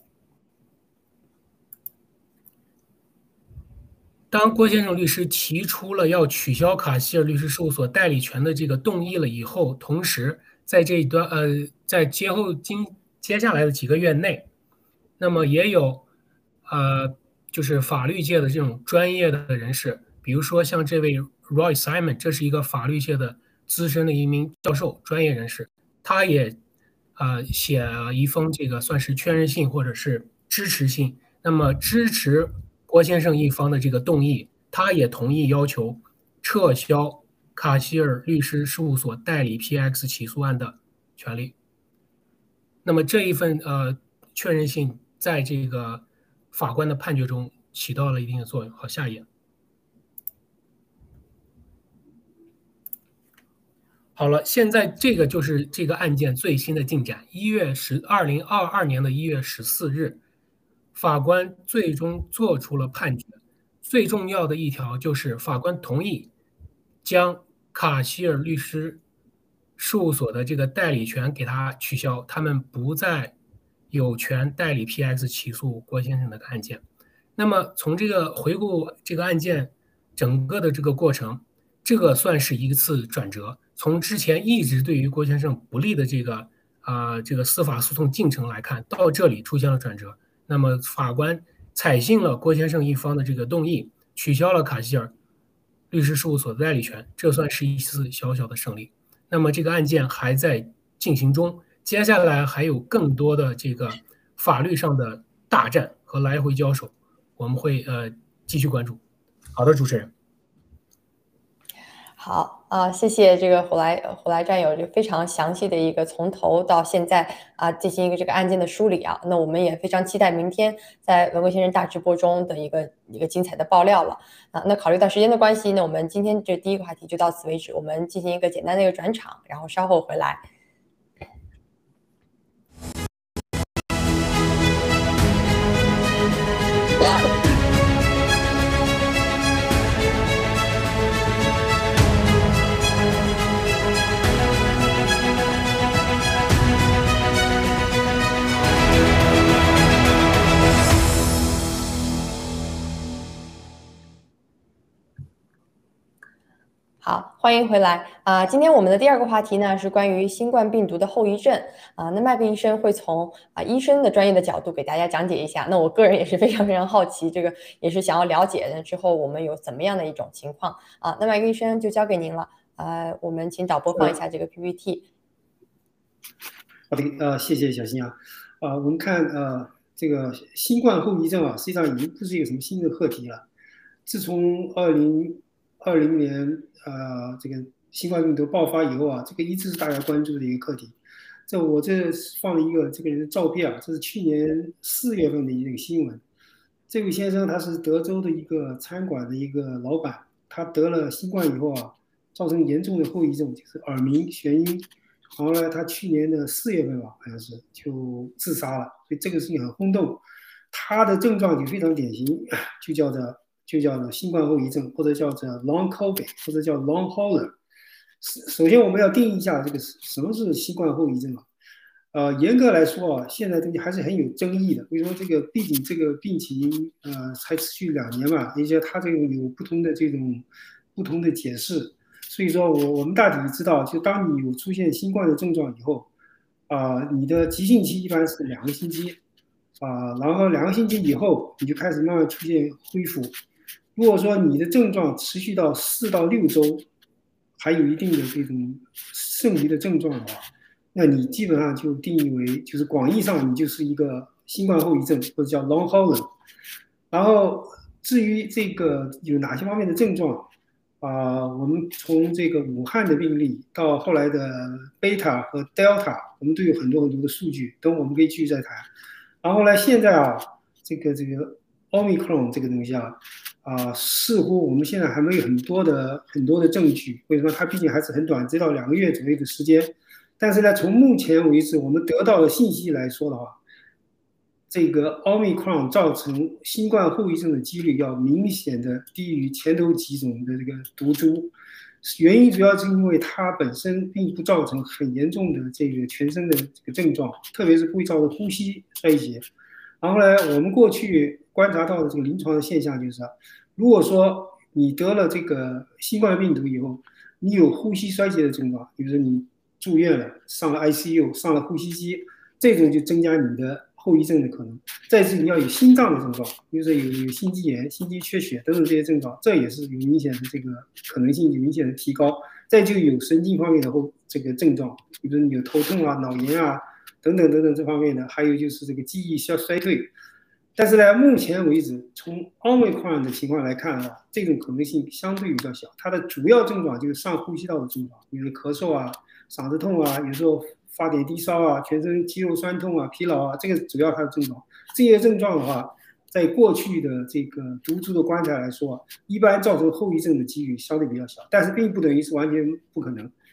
当郭先生律师提出了要取消卡希尔律师事务所代理权的这个动议了以后，同时在这一段在接下来的几个月内，那么也有就是法律界的这种专业的人士，比如说像这位 Roy Simon， 这是一个法律界的资深的一名教授，专业人士，他也写了一封这个算是确认信或者是支持信，那么支持郭先生一方的这个动议，他也同意要求撤销卡希尔律师事务所代理 PX 起诉案的权利。那么这一份确认信在这个法官的判决中起到了一定的作用。好，下一页。 好了，现在这个就是这个案件最新的进展。2022年1月14日，法官最终做出了判决。最重要的一条就是法官同意将卡希尔律师事务所的这个代理权给他取消，他们不再有权代理 PX 起诉郭先生的案件。那么从这个回顾这个案件整个的这个过程，这个算是一次转折。从之前一直对于郭先生不利的这个司法诉讼进程来看，到这里出现了转折。那么法官采信了郭先生一方的这个动议，取消了卡希尔律师事务所的代理权，这算是一次小小的胜利。那么这个案件还在进行中，接下来还有更多的这个法律上的大战和来回交手，我们会继续关注。好的，主持人。 好谢谢这个虎来战友这个非常详细的一个从头到现在进行一个这个案件的梳理那我们也非常期待明天在文贵先生大直播中的一个精彩的爆料了那考虑到时间的关系呢，我们今天这第一个话题就到此为止，我们进行一个简单的一个转场，然后稍后回来。好，欢迎回来今天我们的第二个话题呢是关于新冠病毒的后遗症那麦克医生会从医生的专业的角度给大家讲解一下。那我个人也是非常非常好奇，这个也是想要了解之后我们有怎么样的一种情况那麦克医生就交给您了我们请导播放一下这个 PPT。 好的谢谢小新我们看这个新冠后遗症实际上已经不是一个什么新的课题了。自从2020年这个新冠病毒爆发以后这个一直是大家关注的一个课题。我这放了一个这个人的照片这是去年4月份的一个新闻。这位先生他是德州的一个餐馆的一个老板，他得了新冠以后造成严重的后遗症，就是耳鸣、眩晕。后来他去年的4月份好像是就自杀了，所以这个事情很轰动。他的症状就非常典型，就叫做新冠后遗症，或者叫做 Long COVID， 或者叫 Long Hauler。首先我们要定义一下这个什么是新冠后遗症严格来说现在东西还是很有争议的。为什么毕竟这个病情才持续2年嘛，而且它这种有不同的解释。所以说我们大体知道，就当你有出现新冠的症状以后你的急性期一般是2个星期然后2个星期以后你就开始慢慢出现恢复。如果说你的症状持续到4到6周，还有一定的这种剩余的症状的话，那你基本上就定义为就是广义上你就是一个新冠后遗症，或者叫 Long Hauler。然后至于这个有哪些方面的症状我们从这个武汉的病例到后来的贝塔和 Delta， 我们都有很多很多的数据，等我们可以继续再谈。然后呢，现在这个 Omicron 这个东西似乎我们现在还没有很多的证据。为什么？它毕竟还是很短，只到2个月左右的时间。但是呢，从目前为止我们得到的信息来说的话，这个 Omicron 造成新冠后遗症的几率要明显的低于前头几种的这个毒株。原因主要是因为它本身并不造成很严重的这个全身的这个症状，特别是不会造成呼吸衰竭。然后呢，我们过去观察到的这个临床的现象就是，如果说你得了这个新冠病毒以后，你有呼吸衰竭的症状，比如说你住院了，上了 ICU， 上了呼吸机，这种就增加你的后遗症的可能。再是你要有心脏的症状，比如说有心肌炎、心肌缺血等等这些症状，这也是有明显的这个可能性有明显的提高。再就有神经方面的这个症状，比如说你有头痛脑炎等等等等这方面的，还有就是这个记忆衰退。但是呢，目前为止从 Omicron 的情况来看这种可能性相对比较小。它的主要症状就是上呼吸道的症状，比如咳嗽嗓子痛有时候发点低烧全身肌肉酸痛疲劳这个主要它的症状。这些症状的话，在过去的这个毒株的观察来说，一般造成后遗症的几率相对比较小，但是并不等于是完全不可能。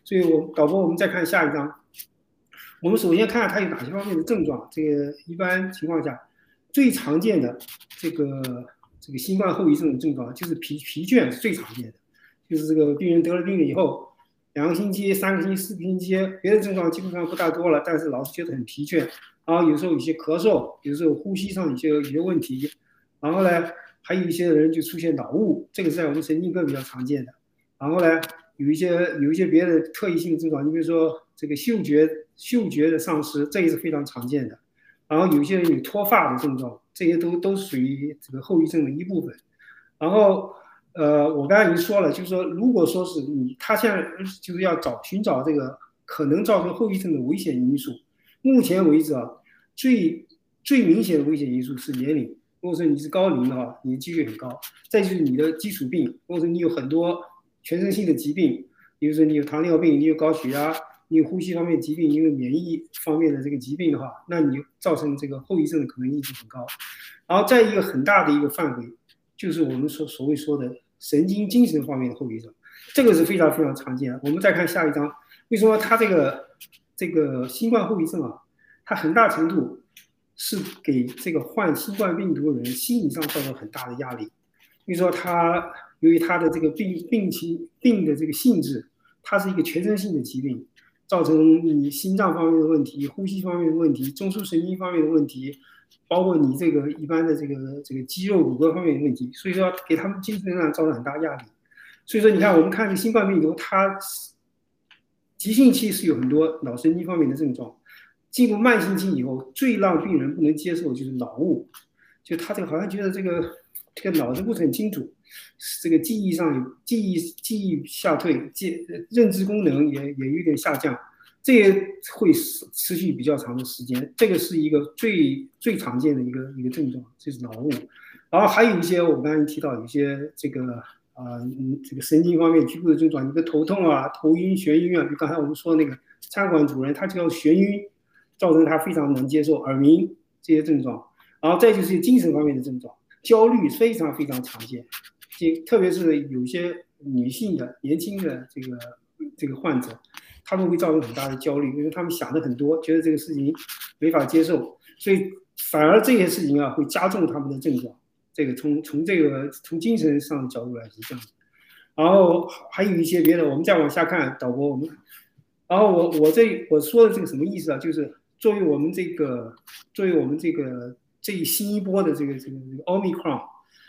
所以导播我们再看下一张，我们首先看看它有哪些方面的症状。这个一般情况下最常见的这个新冠后遗症的症状就是疲倦是最常见的，就是这个病人得了病了以后2个星期、3个星期、4个星期，别的症状基本上不大多了，但是老是觉得很疲倦，然后有时候有些咳嗽，有时候呼吸上有些问题，然后呢还有一些人就出现脑雾，这个是在我们神经科比较常见的。然后呢有一些别的特异性症状，你比如说这个嗅觉的丧失，这也是非常常见的。然后有些人有脱发的症状，这些都属于这个后遗症的一部分。然后我刚才已经说了，就是说如果说是他现在就是要寻找这个可能造成后遗症的危险因素，目前为止啊，最明显的危险因素是年龄。如果说你是高龄的话，你的几率很高。再就是你的基础病，如果说你有很多全身性的疾病，比如说你有糖尿病，你有高血压，你有呼吸方面疾病，你有免疫方面的这个疾病的话，那你造成这个后遗症的可能性很高。然后再一个很大的一个范围，就是我们所谓说的神经精神方面的后遗症，这个是非常非常常见的。我们再看下一张，为什么它这个新冠后遗症啊，它很大程度是给这个患新冠病毒的人心理上造成很大的压力。比如说由于他的这个病的这个性质，它是一个全身性的疾病，造成你心脏方面的问题、呼吸方面的问题、中枢神经方面的问题，包括你这个一般的这个肌肉骨骼方面的问题，所以说给他们精神上造成很大压力。所以说你看，我们看这个新冠病毒，它急性期是有很多脑神经方面的症状，进入慢性期以后，最让病人不能接受就是脑雾，就他这个好像觉得这个脑子不是很清楚，这个记忆下退，认知功能也有点下降，这也会持续比较长的时间。这个是一个最常见的一个症状，就是脑雾。然后还有一些我刚才提到，有些这个神经方面局部的症状，一个头痛啊、头晕、眩晕啊，就刚才我们说那个餐馆主人，他就要眩晕，造成他非常难接受，耳鸣这些症状。然后再就是精神方面的症状。焦虑非常非常常见，特别是有些女性的年轻的这个患者，他们会造成很大的焦虑，因为他们想的很多，觉得这个事情没法接受，所以反而这些事情啊会加重他们的症状。这个从精神上的角度来是这样的。然后还有一些别的，我们再往下看，导播然后我说的这个什么意思啊？就是作为我们这个这新一波的这个 Omicron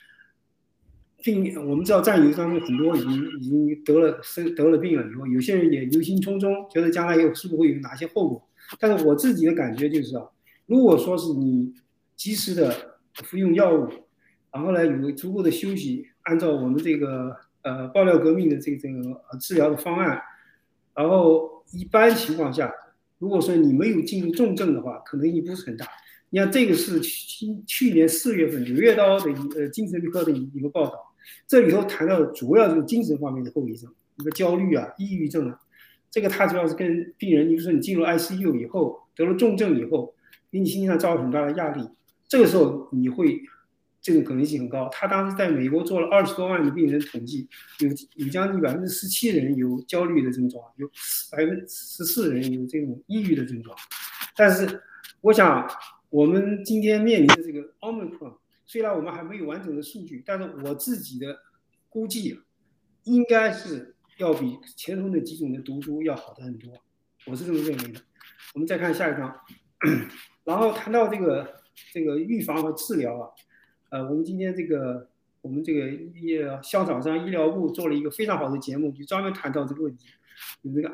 病，我们知道战友当中很多已经得了病了以后，有些人也忧心忡忡，觉得将来是不是会有哪些后果。但是我自己的感觉就是啊，如果说是你及时的服用药物，然后呢有足够的休息，按照我们这个爆料革命的这个治疗的方案，然后一般情况下，如果说你没有进入重症的话，可能性不是很大。你看，这个是去年4月份《柳叶刀》的精神科的一个报道，这里头谈到的主要就是精神方面的后遗症，一个焦虑啊、抑郁症啊，这个它主要是跟病人，就是说你进入 ICU 以后得了重症以后，给你心理上造成很大的压力，这个时候你会这种可能性很高。他当时在美国做了20多万的病人统计，有将近17%人有焦虑的症状，有14%人有这种抑郁的症状。但是我想，我们今天面临的这个 Omicron， 虽然我们还没有完整的数据，但是我自己的估计应该是要比前头的几种的毒株要好的很多，我是这么认为的。我们再看下一张，然后谈到这个预防和治疗啊，我们今天我们这个香草山医疗部做了一个非常好的节目，就专门谈到这个问题，有这个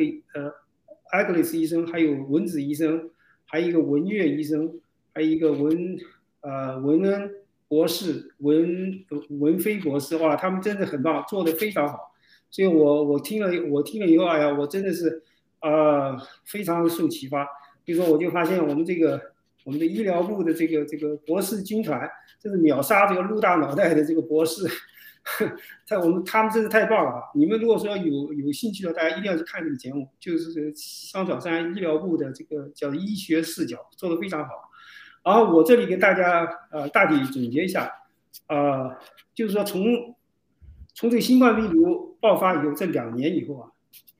Agnes 医生，还有文子医生，还有一个文月医生，还有一个文恩博士、文飞博士，哇，他们真的很棒，做得非常好。所以我听了以后，哎呀，我真的是非常受启发。比如说，我就发现我们的医疗部的这个博士军团，真是秒杀这个陆大脑袋的这个博士。他们真是太棒了啊！你们如果说有兴趣的，大家一定要去看这个节目，就是香草山医疗部的这个叫医学视角，做得非常好。然后我这里给大家大体总结一下，就是说从这个新冠病毒爆发以后，这2年以后啊，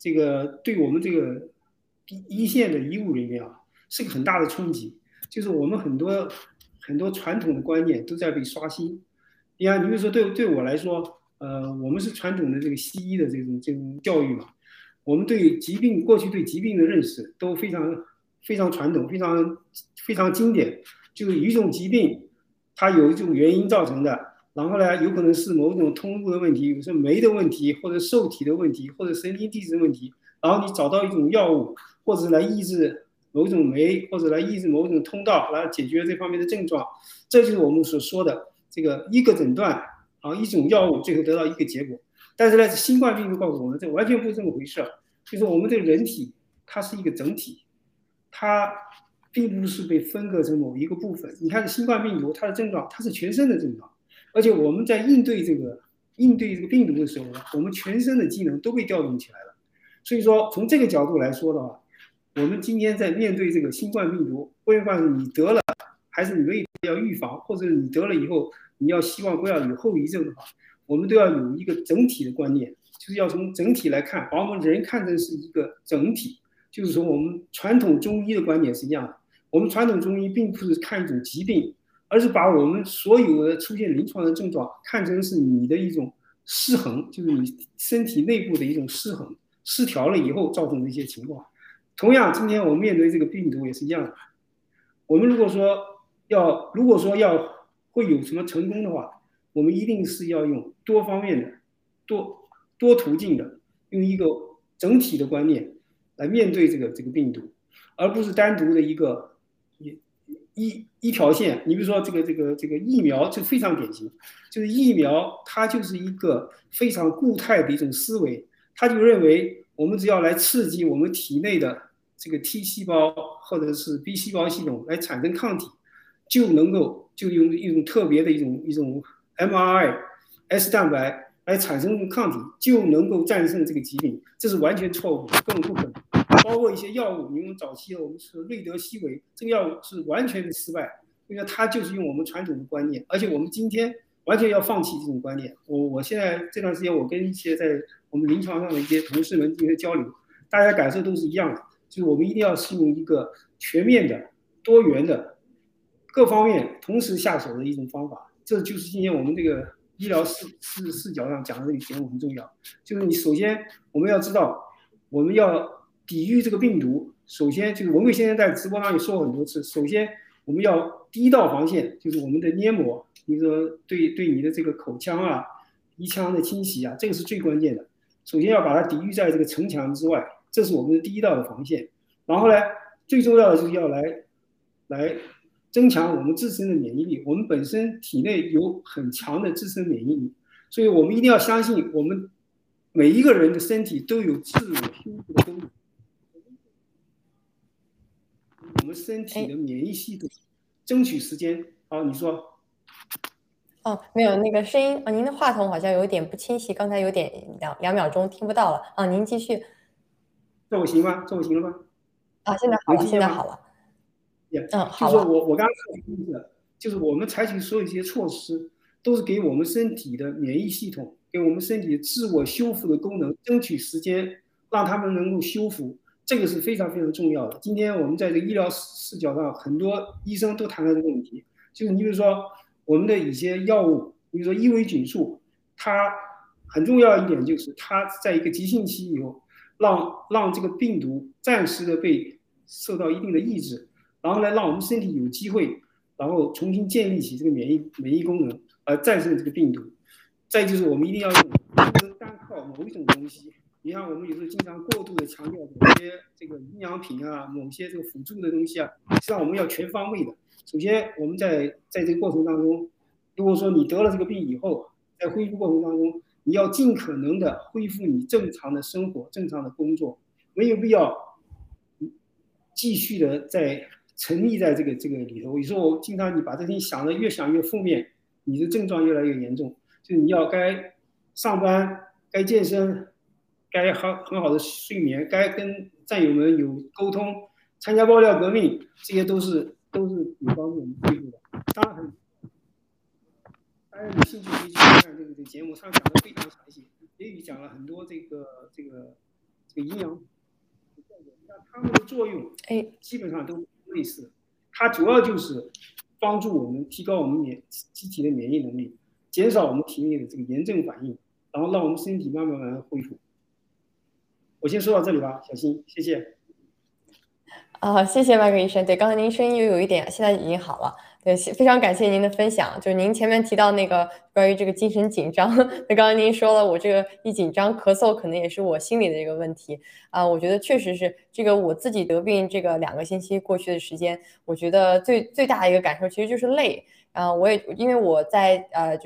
这个对我们这个一线的医务人员啊，是个很大的冲击。就是我们很多传统的观念都在被刷新。你比如说对我来说，我们是传统的这个西医的这种教育嘛，我们对疾病过去对疾病的认识都非常传统，非常经典。就是有一种疾病，它有一种原因造成的，然后呢，有可能是某种通路的问题，有时候酶的问题，或者受体的问题，或者神经递质的问题，然后你找到一种药物，或者来抑制某种酶，或者来抑制某种通道，来解决这方面的症状。这就是我们所说的这个一个诊断啊，一种药物最后得到一个结果。但是呢，新冠病毒告诉我们，这完全不是这么回事。就是我们的人体它是一个整体，它并不是被分割成某一个部分。你看新冠病毒它的症状，它是全身的症状，而且我们在应对这个病毒的时候呢，我们全身的机能都被调动起来了。所以说，从这个角度来说的话，我们今天在面对这个新冠病毒，不管是你得了还是你没要预防，或者你得了以后你要希望不要有后遗症的话，我们都要有一个整体的观念，就是要从整体来看，把我们人看成是一个整体。就是说我们传统中医的观点是一样的，我们传统中医并不是看一种疾病，而是把我们所有的出现临床的症状看成是你的一种失衡，就是你身体内部的一种失衡失调了以后造成的一些情况。同样，今天我们面对这个病毒也是一样的。我们如果说要会有什么成功的话，我们一定是要用多方面的、多途径的，用一个整体的观念来面对这个病毒，而不是单独的一个一条线。你比如说这个疫苗就非常典型，就是疫苗它就是一个非常固态的一种思维，他就认为我们只要来刺激我们体内的这个 T 细胞或者是 B 细胞系统来产生抗体，就用一种特别的一种 mRNA S 蛋白来产生抗体，就能够战胜这个疾病。这是完全错误的，根本不可能。包括一些药物，因为早期我们是瑞德西韦，这个药物是完全的失败，因为它就是用我们传统的观念，而且我们今天完全要放弃这种观念。我现在这段时间，我跟一些在我们临床上的一些同事们进行交流，大家感受都是一样的，就是我们一定要使用一个全面的、多元的、各方面同时下手的一种方法。这就是今天我们这个医疗视角上讲的这个节目很重要。就是你首先我们要知道，我们要抵御这个病毒，首先就是文贵先生在直播上也说过很多次，首先我们要第一道防线就是我们的黏膜，比如说对你的这个口腔啊、鼻腔的清洗啊，这个是最关键的。首先要把它抵御在这个城墙之外，这是我们的第一道的防线。然后呢，最重要的就是要来增强我们自身的免疫力。我们本身体内有很强的自身免疫力，所以我们一定要相信，我们每一个人的身体都有自我修复的功能。我们身体的免疫系统争取时间。好，你说。 哦，没有那个声音，您的话筒好像有点不清晰，刚才有点两秒钟听不到了啊，您继续。 这我行吗？这我行了吗？ 啊，现在好了，现在好了。 好了。就是我刚刚说的，就是我们采取所有这些措施，都是给我们身体的免疫系统，给我们身体自我修复的功能争取时间，让他们能够修复。这个是非常非常重要的。今天我们在这个医疗视角上，很多医生都谈到这个问题，就是你比如说我们的一些药物，比如说伊维菌素，它很重要一点就是它在一个急性期以后，让这个病毒暂时的被受到一定的抑制，然后呢，让我们身体有机会，然后重新建立起这个免疫功能，战胜这个病毒。再就是我们一定要用，不能单靠某一种东西。你看，我们有时候经常过度的强调某些这个营养品啊，某些这个辅助的东西啊，实际上我们要全方位的。首先，我们在这个过程当中，如果说你得了这个病以后，在恢复过程当中，你要尽可能的恢复你正常的生活、正常的工作，没有必要继续的在沉溺在这个里头。有时候我经常你把这些想的越想越负面，你的症状越来越严重。就是你要该上班、该健身、该很好的睡眠、该跟战友们有沟通、参加爆料革命，这些都是有帮助我们恢复的。当然大家有兴趣可以去看这个节目，上讲的非常详细，也讲了很多这个这个营养，那它们的作用基本上都类似。它主要就是帮助我们提高我们机体的免疫能力，减少我们体内的这个炎症反应，然后让我们身体慢慢恢复。我先说到这里吧，小新，谢谢。 谢谢麦克医生。对，刚才您声音又有一点，现在已经好了。对，非常感谢您的分享。就是您前面提到那个关于这个精神紧张，那刚才您说了，我这个一紧张咳嗽，可能也是我心里的一个问题啊。我觉得确实是这个我自己得病这个2个星期过去的时间，我觉得最大的一个感受其实就是累。我也因为我在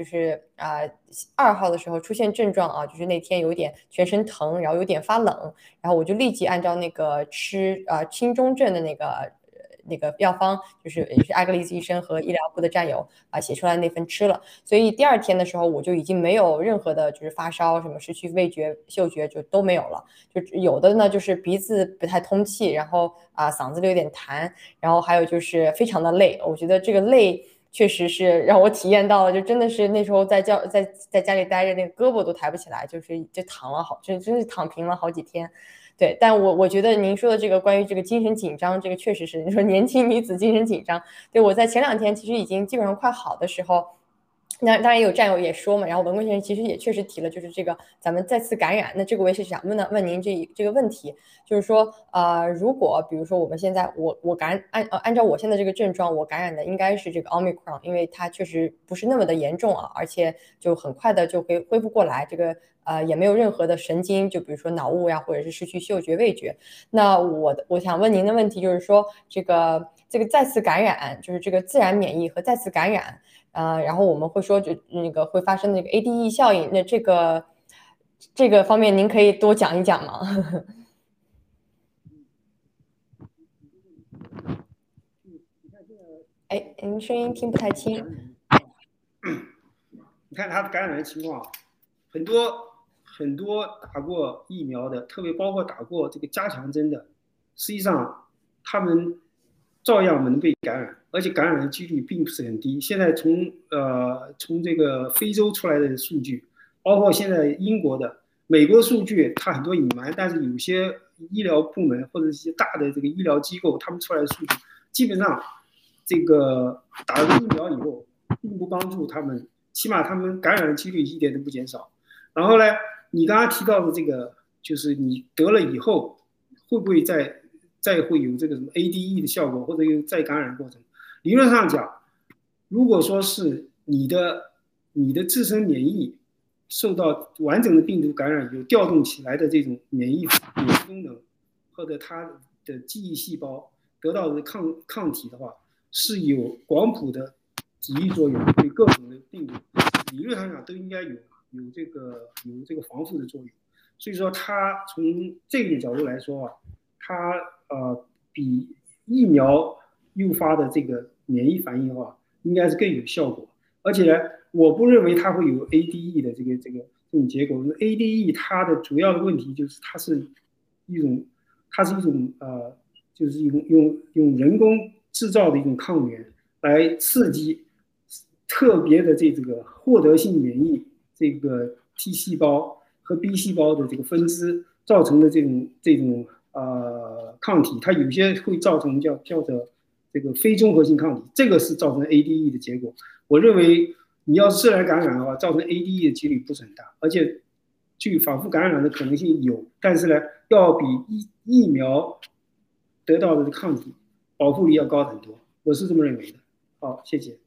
2号的时候出现症状啊，就是那天有点全身疼，然后有点发冷，然后我就立即按照那个吃轻中症的那个药方，也是艾格丽斯医生和医疗部的战友写出来那份吃了，所以第2天的时候我就已经没有任何的就是发烧，什么失去味觉、嗅觉就都没有了，就有的呢就是鼻子不太通气，然后嗓子里有点痰，然后还有就是非常的累。我觉得这个累确实是让我体验到了，就真的是那时候在家里待着，那个胳膊都抬不起来，就躺了真是躺平了好几天。对，但我觉得您说的这个关于这个精神紧张，这个确实是你说年轻女子精神紧张。对，我在前2天其实已经基本上快好的时候，那当然也有战友也说嘛，然后文贵先生其实也确实提了，就是这个咱们再次感染。那这个我也是想问您这个问题，就是说如果比如说我们现在我按照我现在这个症状，我感染的应该是这个 Omicron， 因为它确实不是那么的严重啊，而且就很快的就会恢复过来，这个也没有任何的神经，就比如说脑雾呀，或者是失去嗅觉味觉。那我想问您的问题就是说，这个再次感染，就是这个自然免疫和再次感染。然后我们会说，就那个会发生那个 ADE 效应，那这个方面您可以多讲一讲吗？您声音听不太清。 你看他感染的情况，很多打过疫苗的，特别包括打过这个加强针的，实际上他们照样能被感染，而且感染的几率并不是很低。现在从这个非洲出来的数据，包括现在英国的、美国数据，它很多隐瞒，但是有些医疗部门或者一些大的这个医疗机构，他们出来的数据，基本上这个打了疫苗以后，并不帮助他们，起码他们感染的几率一点都不减少。然后呢，你刚刚提到的这个，就是你得了以后，会不会再会有这个什么 ADE 的效果，或者有再感染过程？理论上讲，如果说是你的自身免疫受到完整的病毒感染，有调动起来的这种免疫功能，或者它的记忆细胞得到的抗体的话，是有广谱的抵御作用，对各种的病毒，理论上讲都应该有这个防护的作用。所以说，它从这个角度来说啊，它比疫苗诱发的这个免疫反应的话，应该是更有效果。而且呢，我不认为它会有 ADE 的这种结果。ADE 它的主要的问题就是它是一种就是用人工制造的一种抗原来刺激特别的这个获得性免疫这个 T 细胞和 B 细胞的这个分支造成的这种抗体，它有些会造成叫做这个非综合性抗体，这个是造成 ADE 的结果。我认为你要是自然感染的话，造成 ADE 的几率不是很大，而且去反复感染的可能性有，但是呢，要比疫苗得到的抗体保护力要高很多，我是这么认为的。好，谢谢。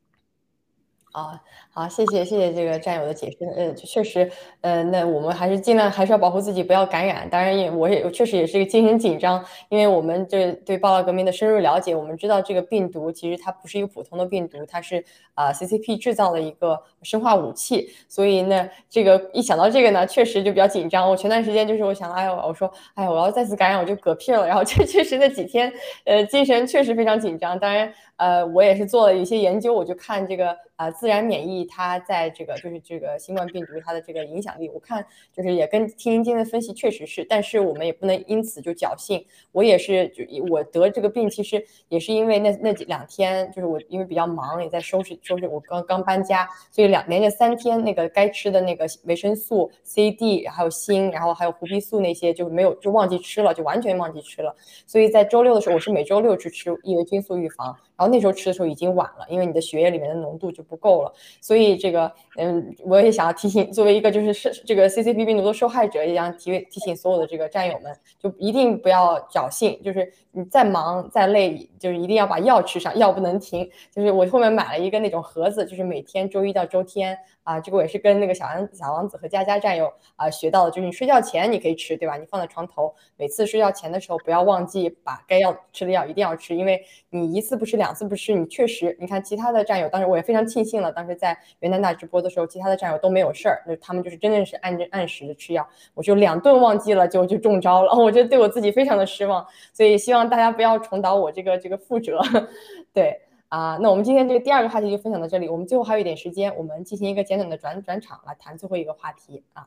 好，谢谢这个战友的解释。确实，那我们还是尽量还是要保护自己，不要感染。当然，我确实也是一个精神紧张，因为我们对报道革命的深入了解，我们知道这个病毒其实它不是一个普通的病毒，它是CCP 制造的一个生化武器。所以呢，这个一想到这个呢，确实就比较紧张。我前段时间就是我想到，我说，我要再次感染，我就嗝屁了。然后确实那几天，精神确实非常紧张。当然，我也是做了一些研究，我就看这个自然免疫它在这个新冠病毒它的这个影响力，我看就是也跟听您今天的分析确实是，但是我们也不能因此就侥幸。我也是，我得这个病其实也是因为那2天，就是我因为比较忙，也在收拾，我刚搬家，所以连着3天那个该吃的那个维生素 C、D， 还有锌，然后还有胡皮素那些就忘记吃了，就完全忘记吃了。所以在周6的时候，我是每周6去吃异维菌素预防，然后那时候吃的时候已经晚了，因为你的血液里面的浓度就不够了。所以这个我也想要提醒，作为一个就是这个 CCP 病毒的受害者，也想提醒所有的这个战友们，就一定不要侥幸，就是你再忙再累，就是一定要把药吃上，药不能停。就是我后面买了一个那种盒子，就是每天周1到周天啊，这个我也是跟那个小王子和佳佳战友啊学到的，就是你睡觉前你可以吃，对吧？你放在床头，每次睡觉前的时候不要忘记把该要吃的药一定要吃，因为你1次不吃2次不吃，你确实你看其他的战友，当时我也非常庆幸了，当时在元旦大直播的时候，其他的战友都没有事儿，他们就是真的是按时的吃药，我就2顿忘记了就中招了，我觉得对我自己非常的失望，所以希望大家不要重蹈我这个覆辙，对。那我们今天这个第2个话题就分享到这里，我们最后还有一点时间，我们进行一个简短的转场来谈最后一个话题啊。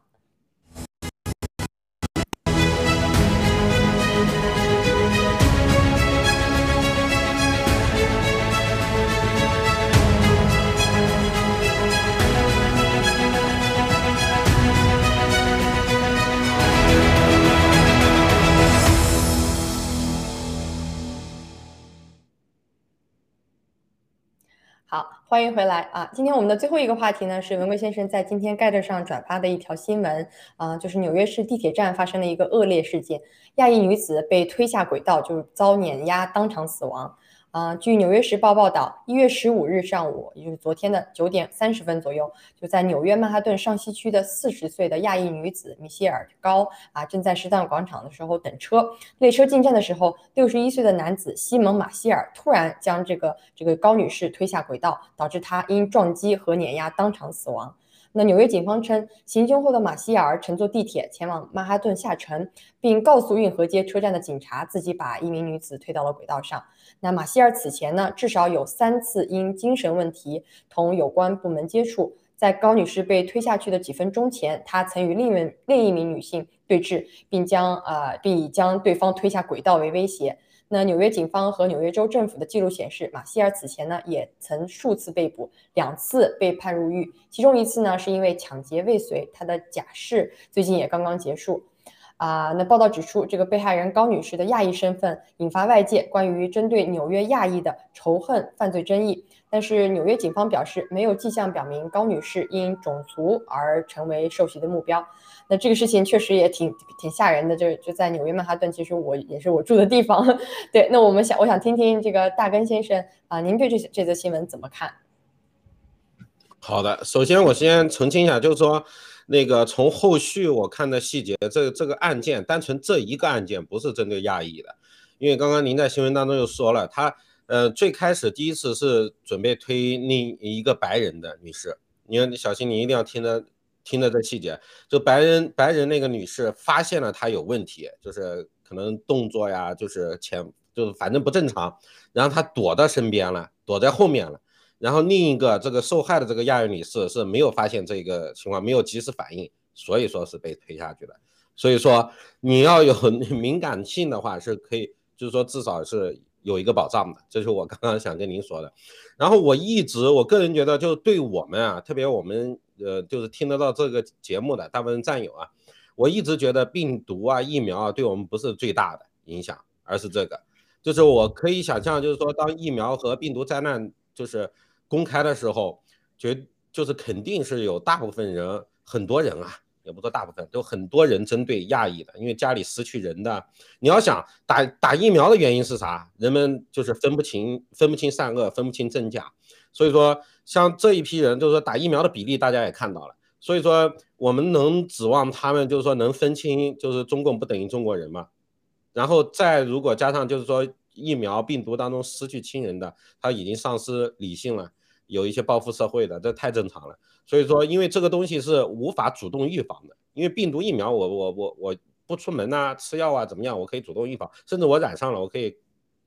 好，欢迎回来啊！今天我们的最后一个话题呢，是文贵先生在今天 Get 上转发的一条新闻就是纽约市地铁站发生了一个恶劣事件，亚裔女子被推下轨道，就是遭碾压当场死亡。据《纽约时报》报道，1月15日上午，也就是昨天的9点30分左右，就在纽约曼哈顿上西区的40岁的亚裔女子米歇尔·高正在时代广场的时候等车，列车进站的时候，61岁的男子西蒙·马歇尔突然将这个高女士推下轨道，导致她因撞击和碾压当场死亡。那纽约警方称，行凶后的马歇尔乘坐地铁前往曼哈顿下城，并告诉运河街车站的警察自己把一名女子推到了轨道上。那马歇尔此前呢，至少有3次因精神问题同有关部门接触。在高女士被推下去的几分钟前，她曾与另一名女性对峙，并以将对方推下轨道为威胁。那纽约警方和纽约州政府的记录显示，马歇尔此前呢也曾数次被捕，2次被判入狱，其中1次呢是因为抢劫未遂，他的假释最近也刚刚结束。那报道指出，这个被害人高女士的亚裔身份引发外界关于针对纽约亚裔的仇恨犯罪争议，但是纽约警方表示，没有迹象表明高女士因种族而成为受袭的目标。那这个事情确实也挺吓人的，就在纽约曼哈顿，其实也是我住的地方。对，那我想听听这个大根先生您对这则新闻怎么看？ 好的，首先我先澄清一下，就是说那个从后续我看的细节，这个案件单纯这一个案件不是针对亚裔的，因为刚刚您在新闻当中就说了，他最开始第一次是准备推另一个白人的女士，你看小新你一定要听着这细节，就白人那个女士发现了她有问题，就是可能动作呀就是反正不正常，然后她躲到身边了，躲在后面了。然后另一个这个受害的这个亚裔女士是没有发现这个情况，没有及时反应，所以说是被推下去的。所以说你要有敏感性的话是可以，就是说至少是有一个保障的，这是我刚刚想跟您说的。然后我个人觉得，就对我们特别我们就是听得到这个节目的大部分战友我一直觉得病毒疫苗对我们不是最大的影响，而是这个，就是我可以想象，就是说当疫苗和病毒灾难就是公开的时候，就是肯定是有大部分人，很多人也不说大部分，都很多人针对亚裔的，因为家里失去人的。你要想打疫苗的原因是啥？人们就是分不清善恶，分不清真假。所以说，像这一批人，就是说打疫苗的比例大家也看到了。所以说，我们能指望他们就是说能分清，就是中共不等于中国人嘛？然后再如果加上就是说疫苗病毒当中失去亲人的，他已经丧失理性了，有一些报复社会的，这太正常了。所以说，因为这个东西是无法主动预防的，因为病毒疫苗我不出门吃药怎么样，我可以主动预防，甚至我染上了，我可以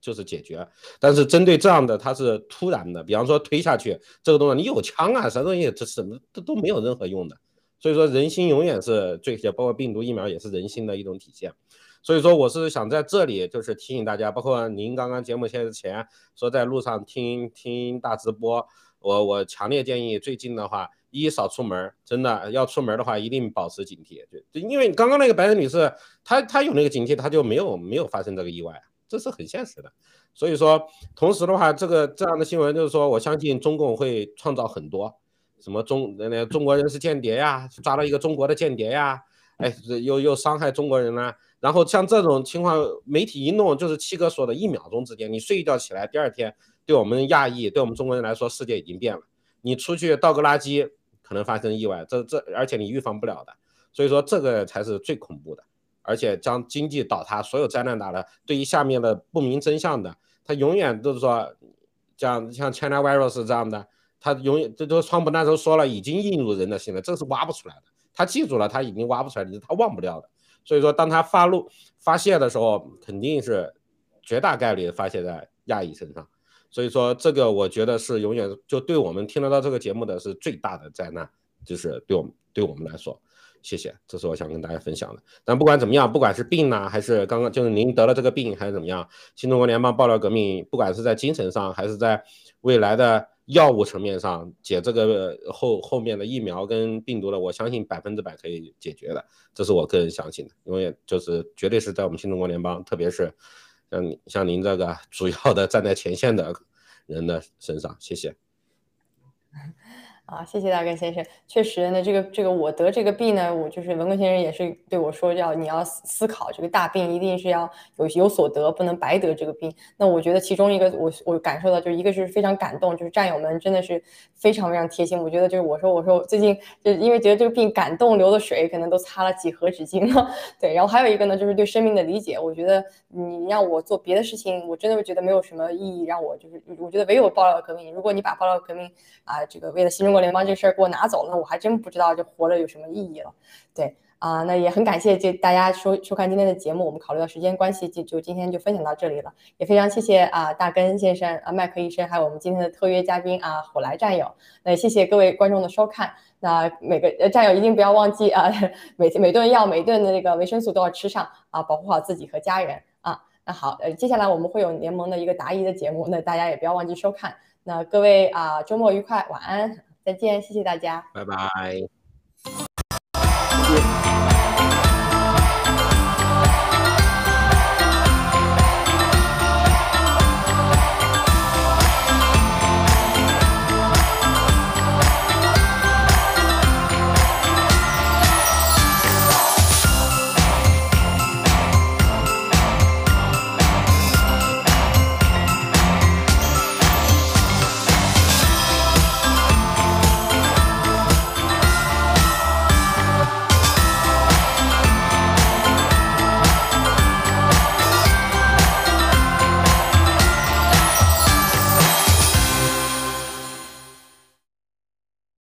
就是解决。但是针对这样的它是突然的，比方说推下去这个东西，你有枪啊，什么东西这什么都没有任何用的。所以说人心永远是最，包括病毒疫苗也是人心的一种体现。所以说我是想在这里就是提醒大家，包括您刚刚节目前说在路上听大直播，我强烈建议最近的话，少出门，真的要出门的话一定保持警惕。因为刚刚那个白人女士她有那个警惕，她就没有发生这个意外，这是很现实的。所以说同时的话，这样的新闻就是说，我相信中共会创造很多什么中国人是间谍呀，抓了一个中国的间谍呀，哎，又伤害中国人了。然后像这种情况，媒体一弄，就是七哥说的1秒钟之间，你睡一觉起来，第二天对我们亚裔，对我们中国人来说，世界已经变了。你出去倒个垃圾，可能发生意外，而且你预防不了的。所以说这个才是最恐怖的，而且将经济倒塌，所有灾难打了，对于下面的不明真相的，他永远都是说，像 China virus 这样的，他永远这都川普那时候说了，已经映入人的心了，这是挖不出来的。他记住了，他已经挖不出来的，他忘不掉的。所以说，当他发泄的时候，肯定是绝大概率发泄在亚裔身上。所以说，这个我觉得是永远就对我们听得到这个节目的是最大的灾难，就是对我们来说。谢谢，这是我想跟大家分享的。但不管怎么样，不管是病呢，还是刚刚就是您得了这个病，还是怎么样，新中国联邦爆料革命，不管是在精神上，还是在未来的药物层面上解这个后面的疫苗跟病毒的，我相信100%可以解决的，这是我个人相信的。因为就是绝对是在我们新中国联邦，特别是像您这个主要的站在前线的人的身上。谢谢。 谢谢大根先生。确实呢，这个我得这个病呢，我就是文贵先生也是对我说，你要思考这个大病一定是要有所得，不能白得这个病。那我觉得其中一个我感受到，就是一个是非常感动，就是战友们真的是非常非常贴心。我觉得就是我说最近就因为觉得这个病感动流的水可能都擦了几盒纸巾了。对，然后还有一个呢，就是对生命的理解。我觉得你让我做别的事情，我真的觉得没有什么意义。让我我觉得唯有爆料革命。如果你把爆料革命这个为了新中国联邦这个事儿给我拿走了，我还真不知道这活着有什么意义了。对那也很感谢大家收看今天的节目。我们考虑到时间关系，就今天就分享到这里了。也非常谢谢大根先生、麦克医生，还有我们今天的特约嘉宾虎来战友。那也谢谢各位观众的收看。那每个战友一定不要忘记每顿药、每顿的这个维生素都要吃上保护好自己和家人那好，接下来我们会有联盟的一个答疑的节目，那大家也不要忘记收看。那各位周末愉快，晚安，再见，谢谢大家， 拜拜。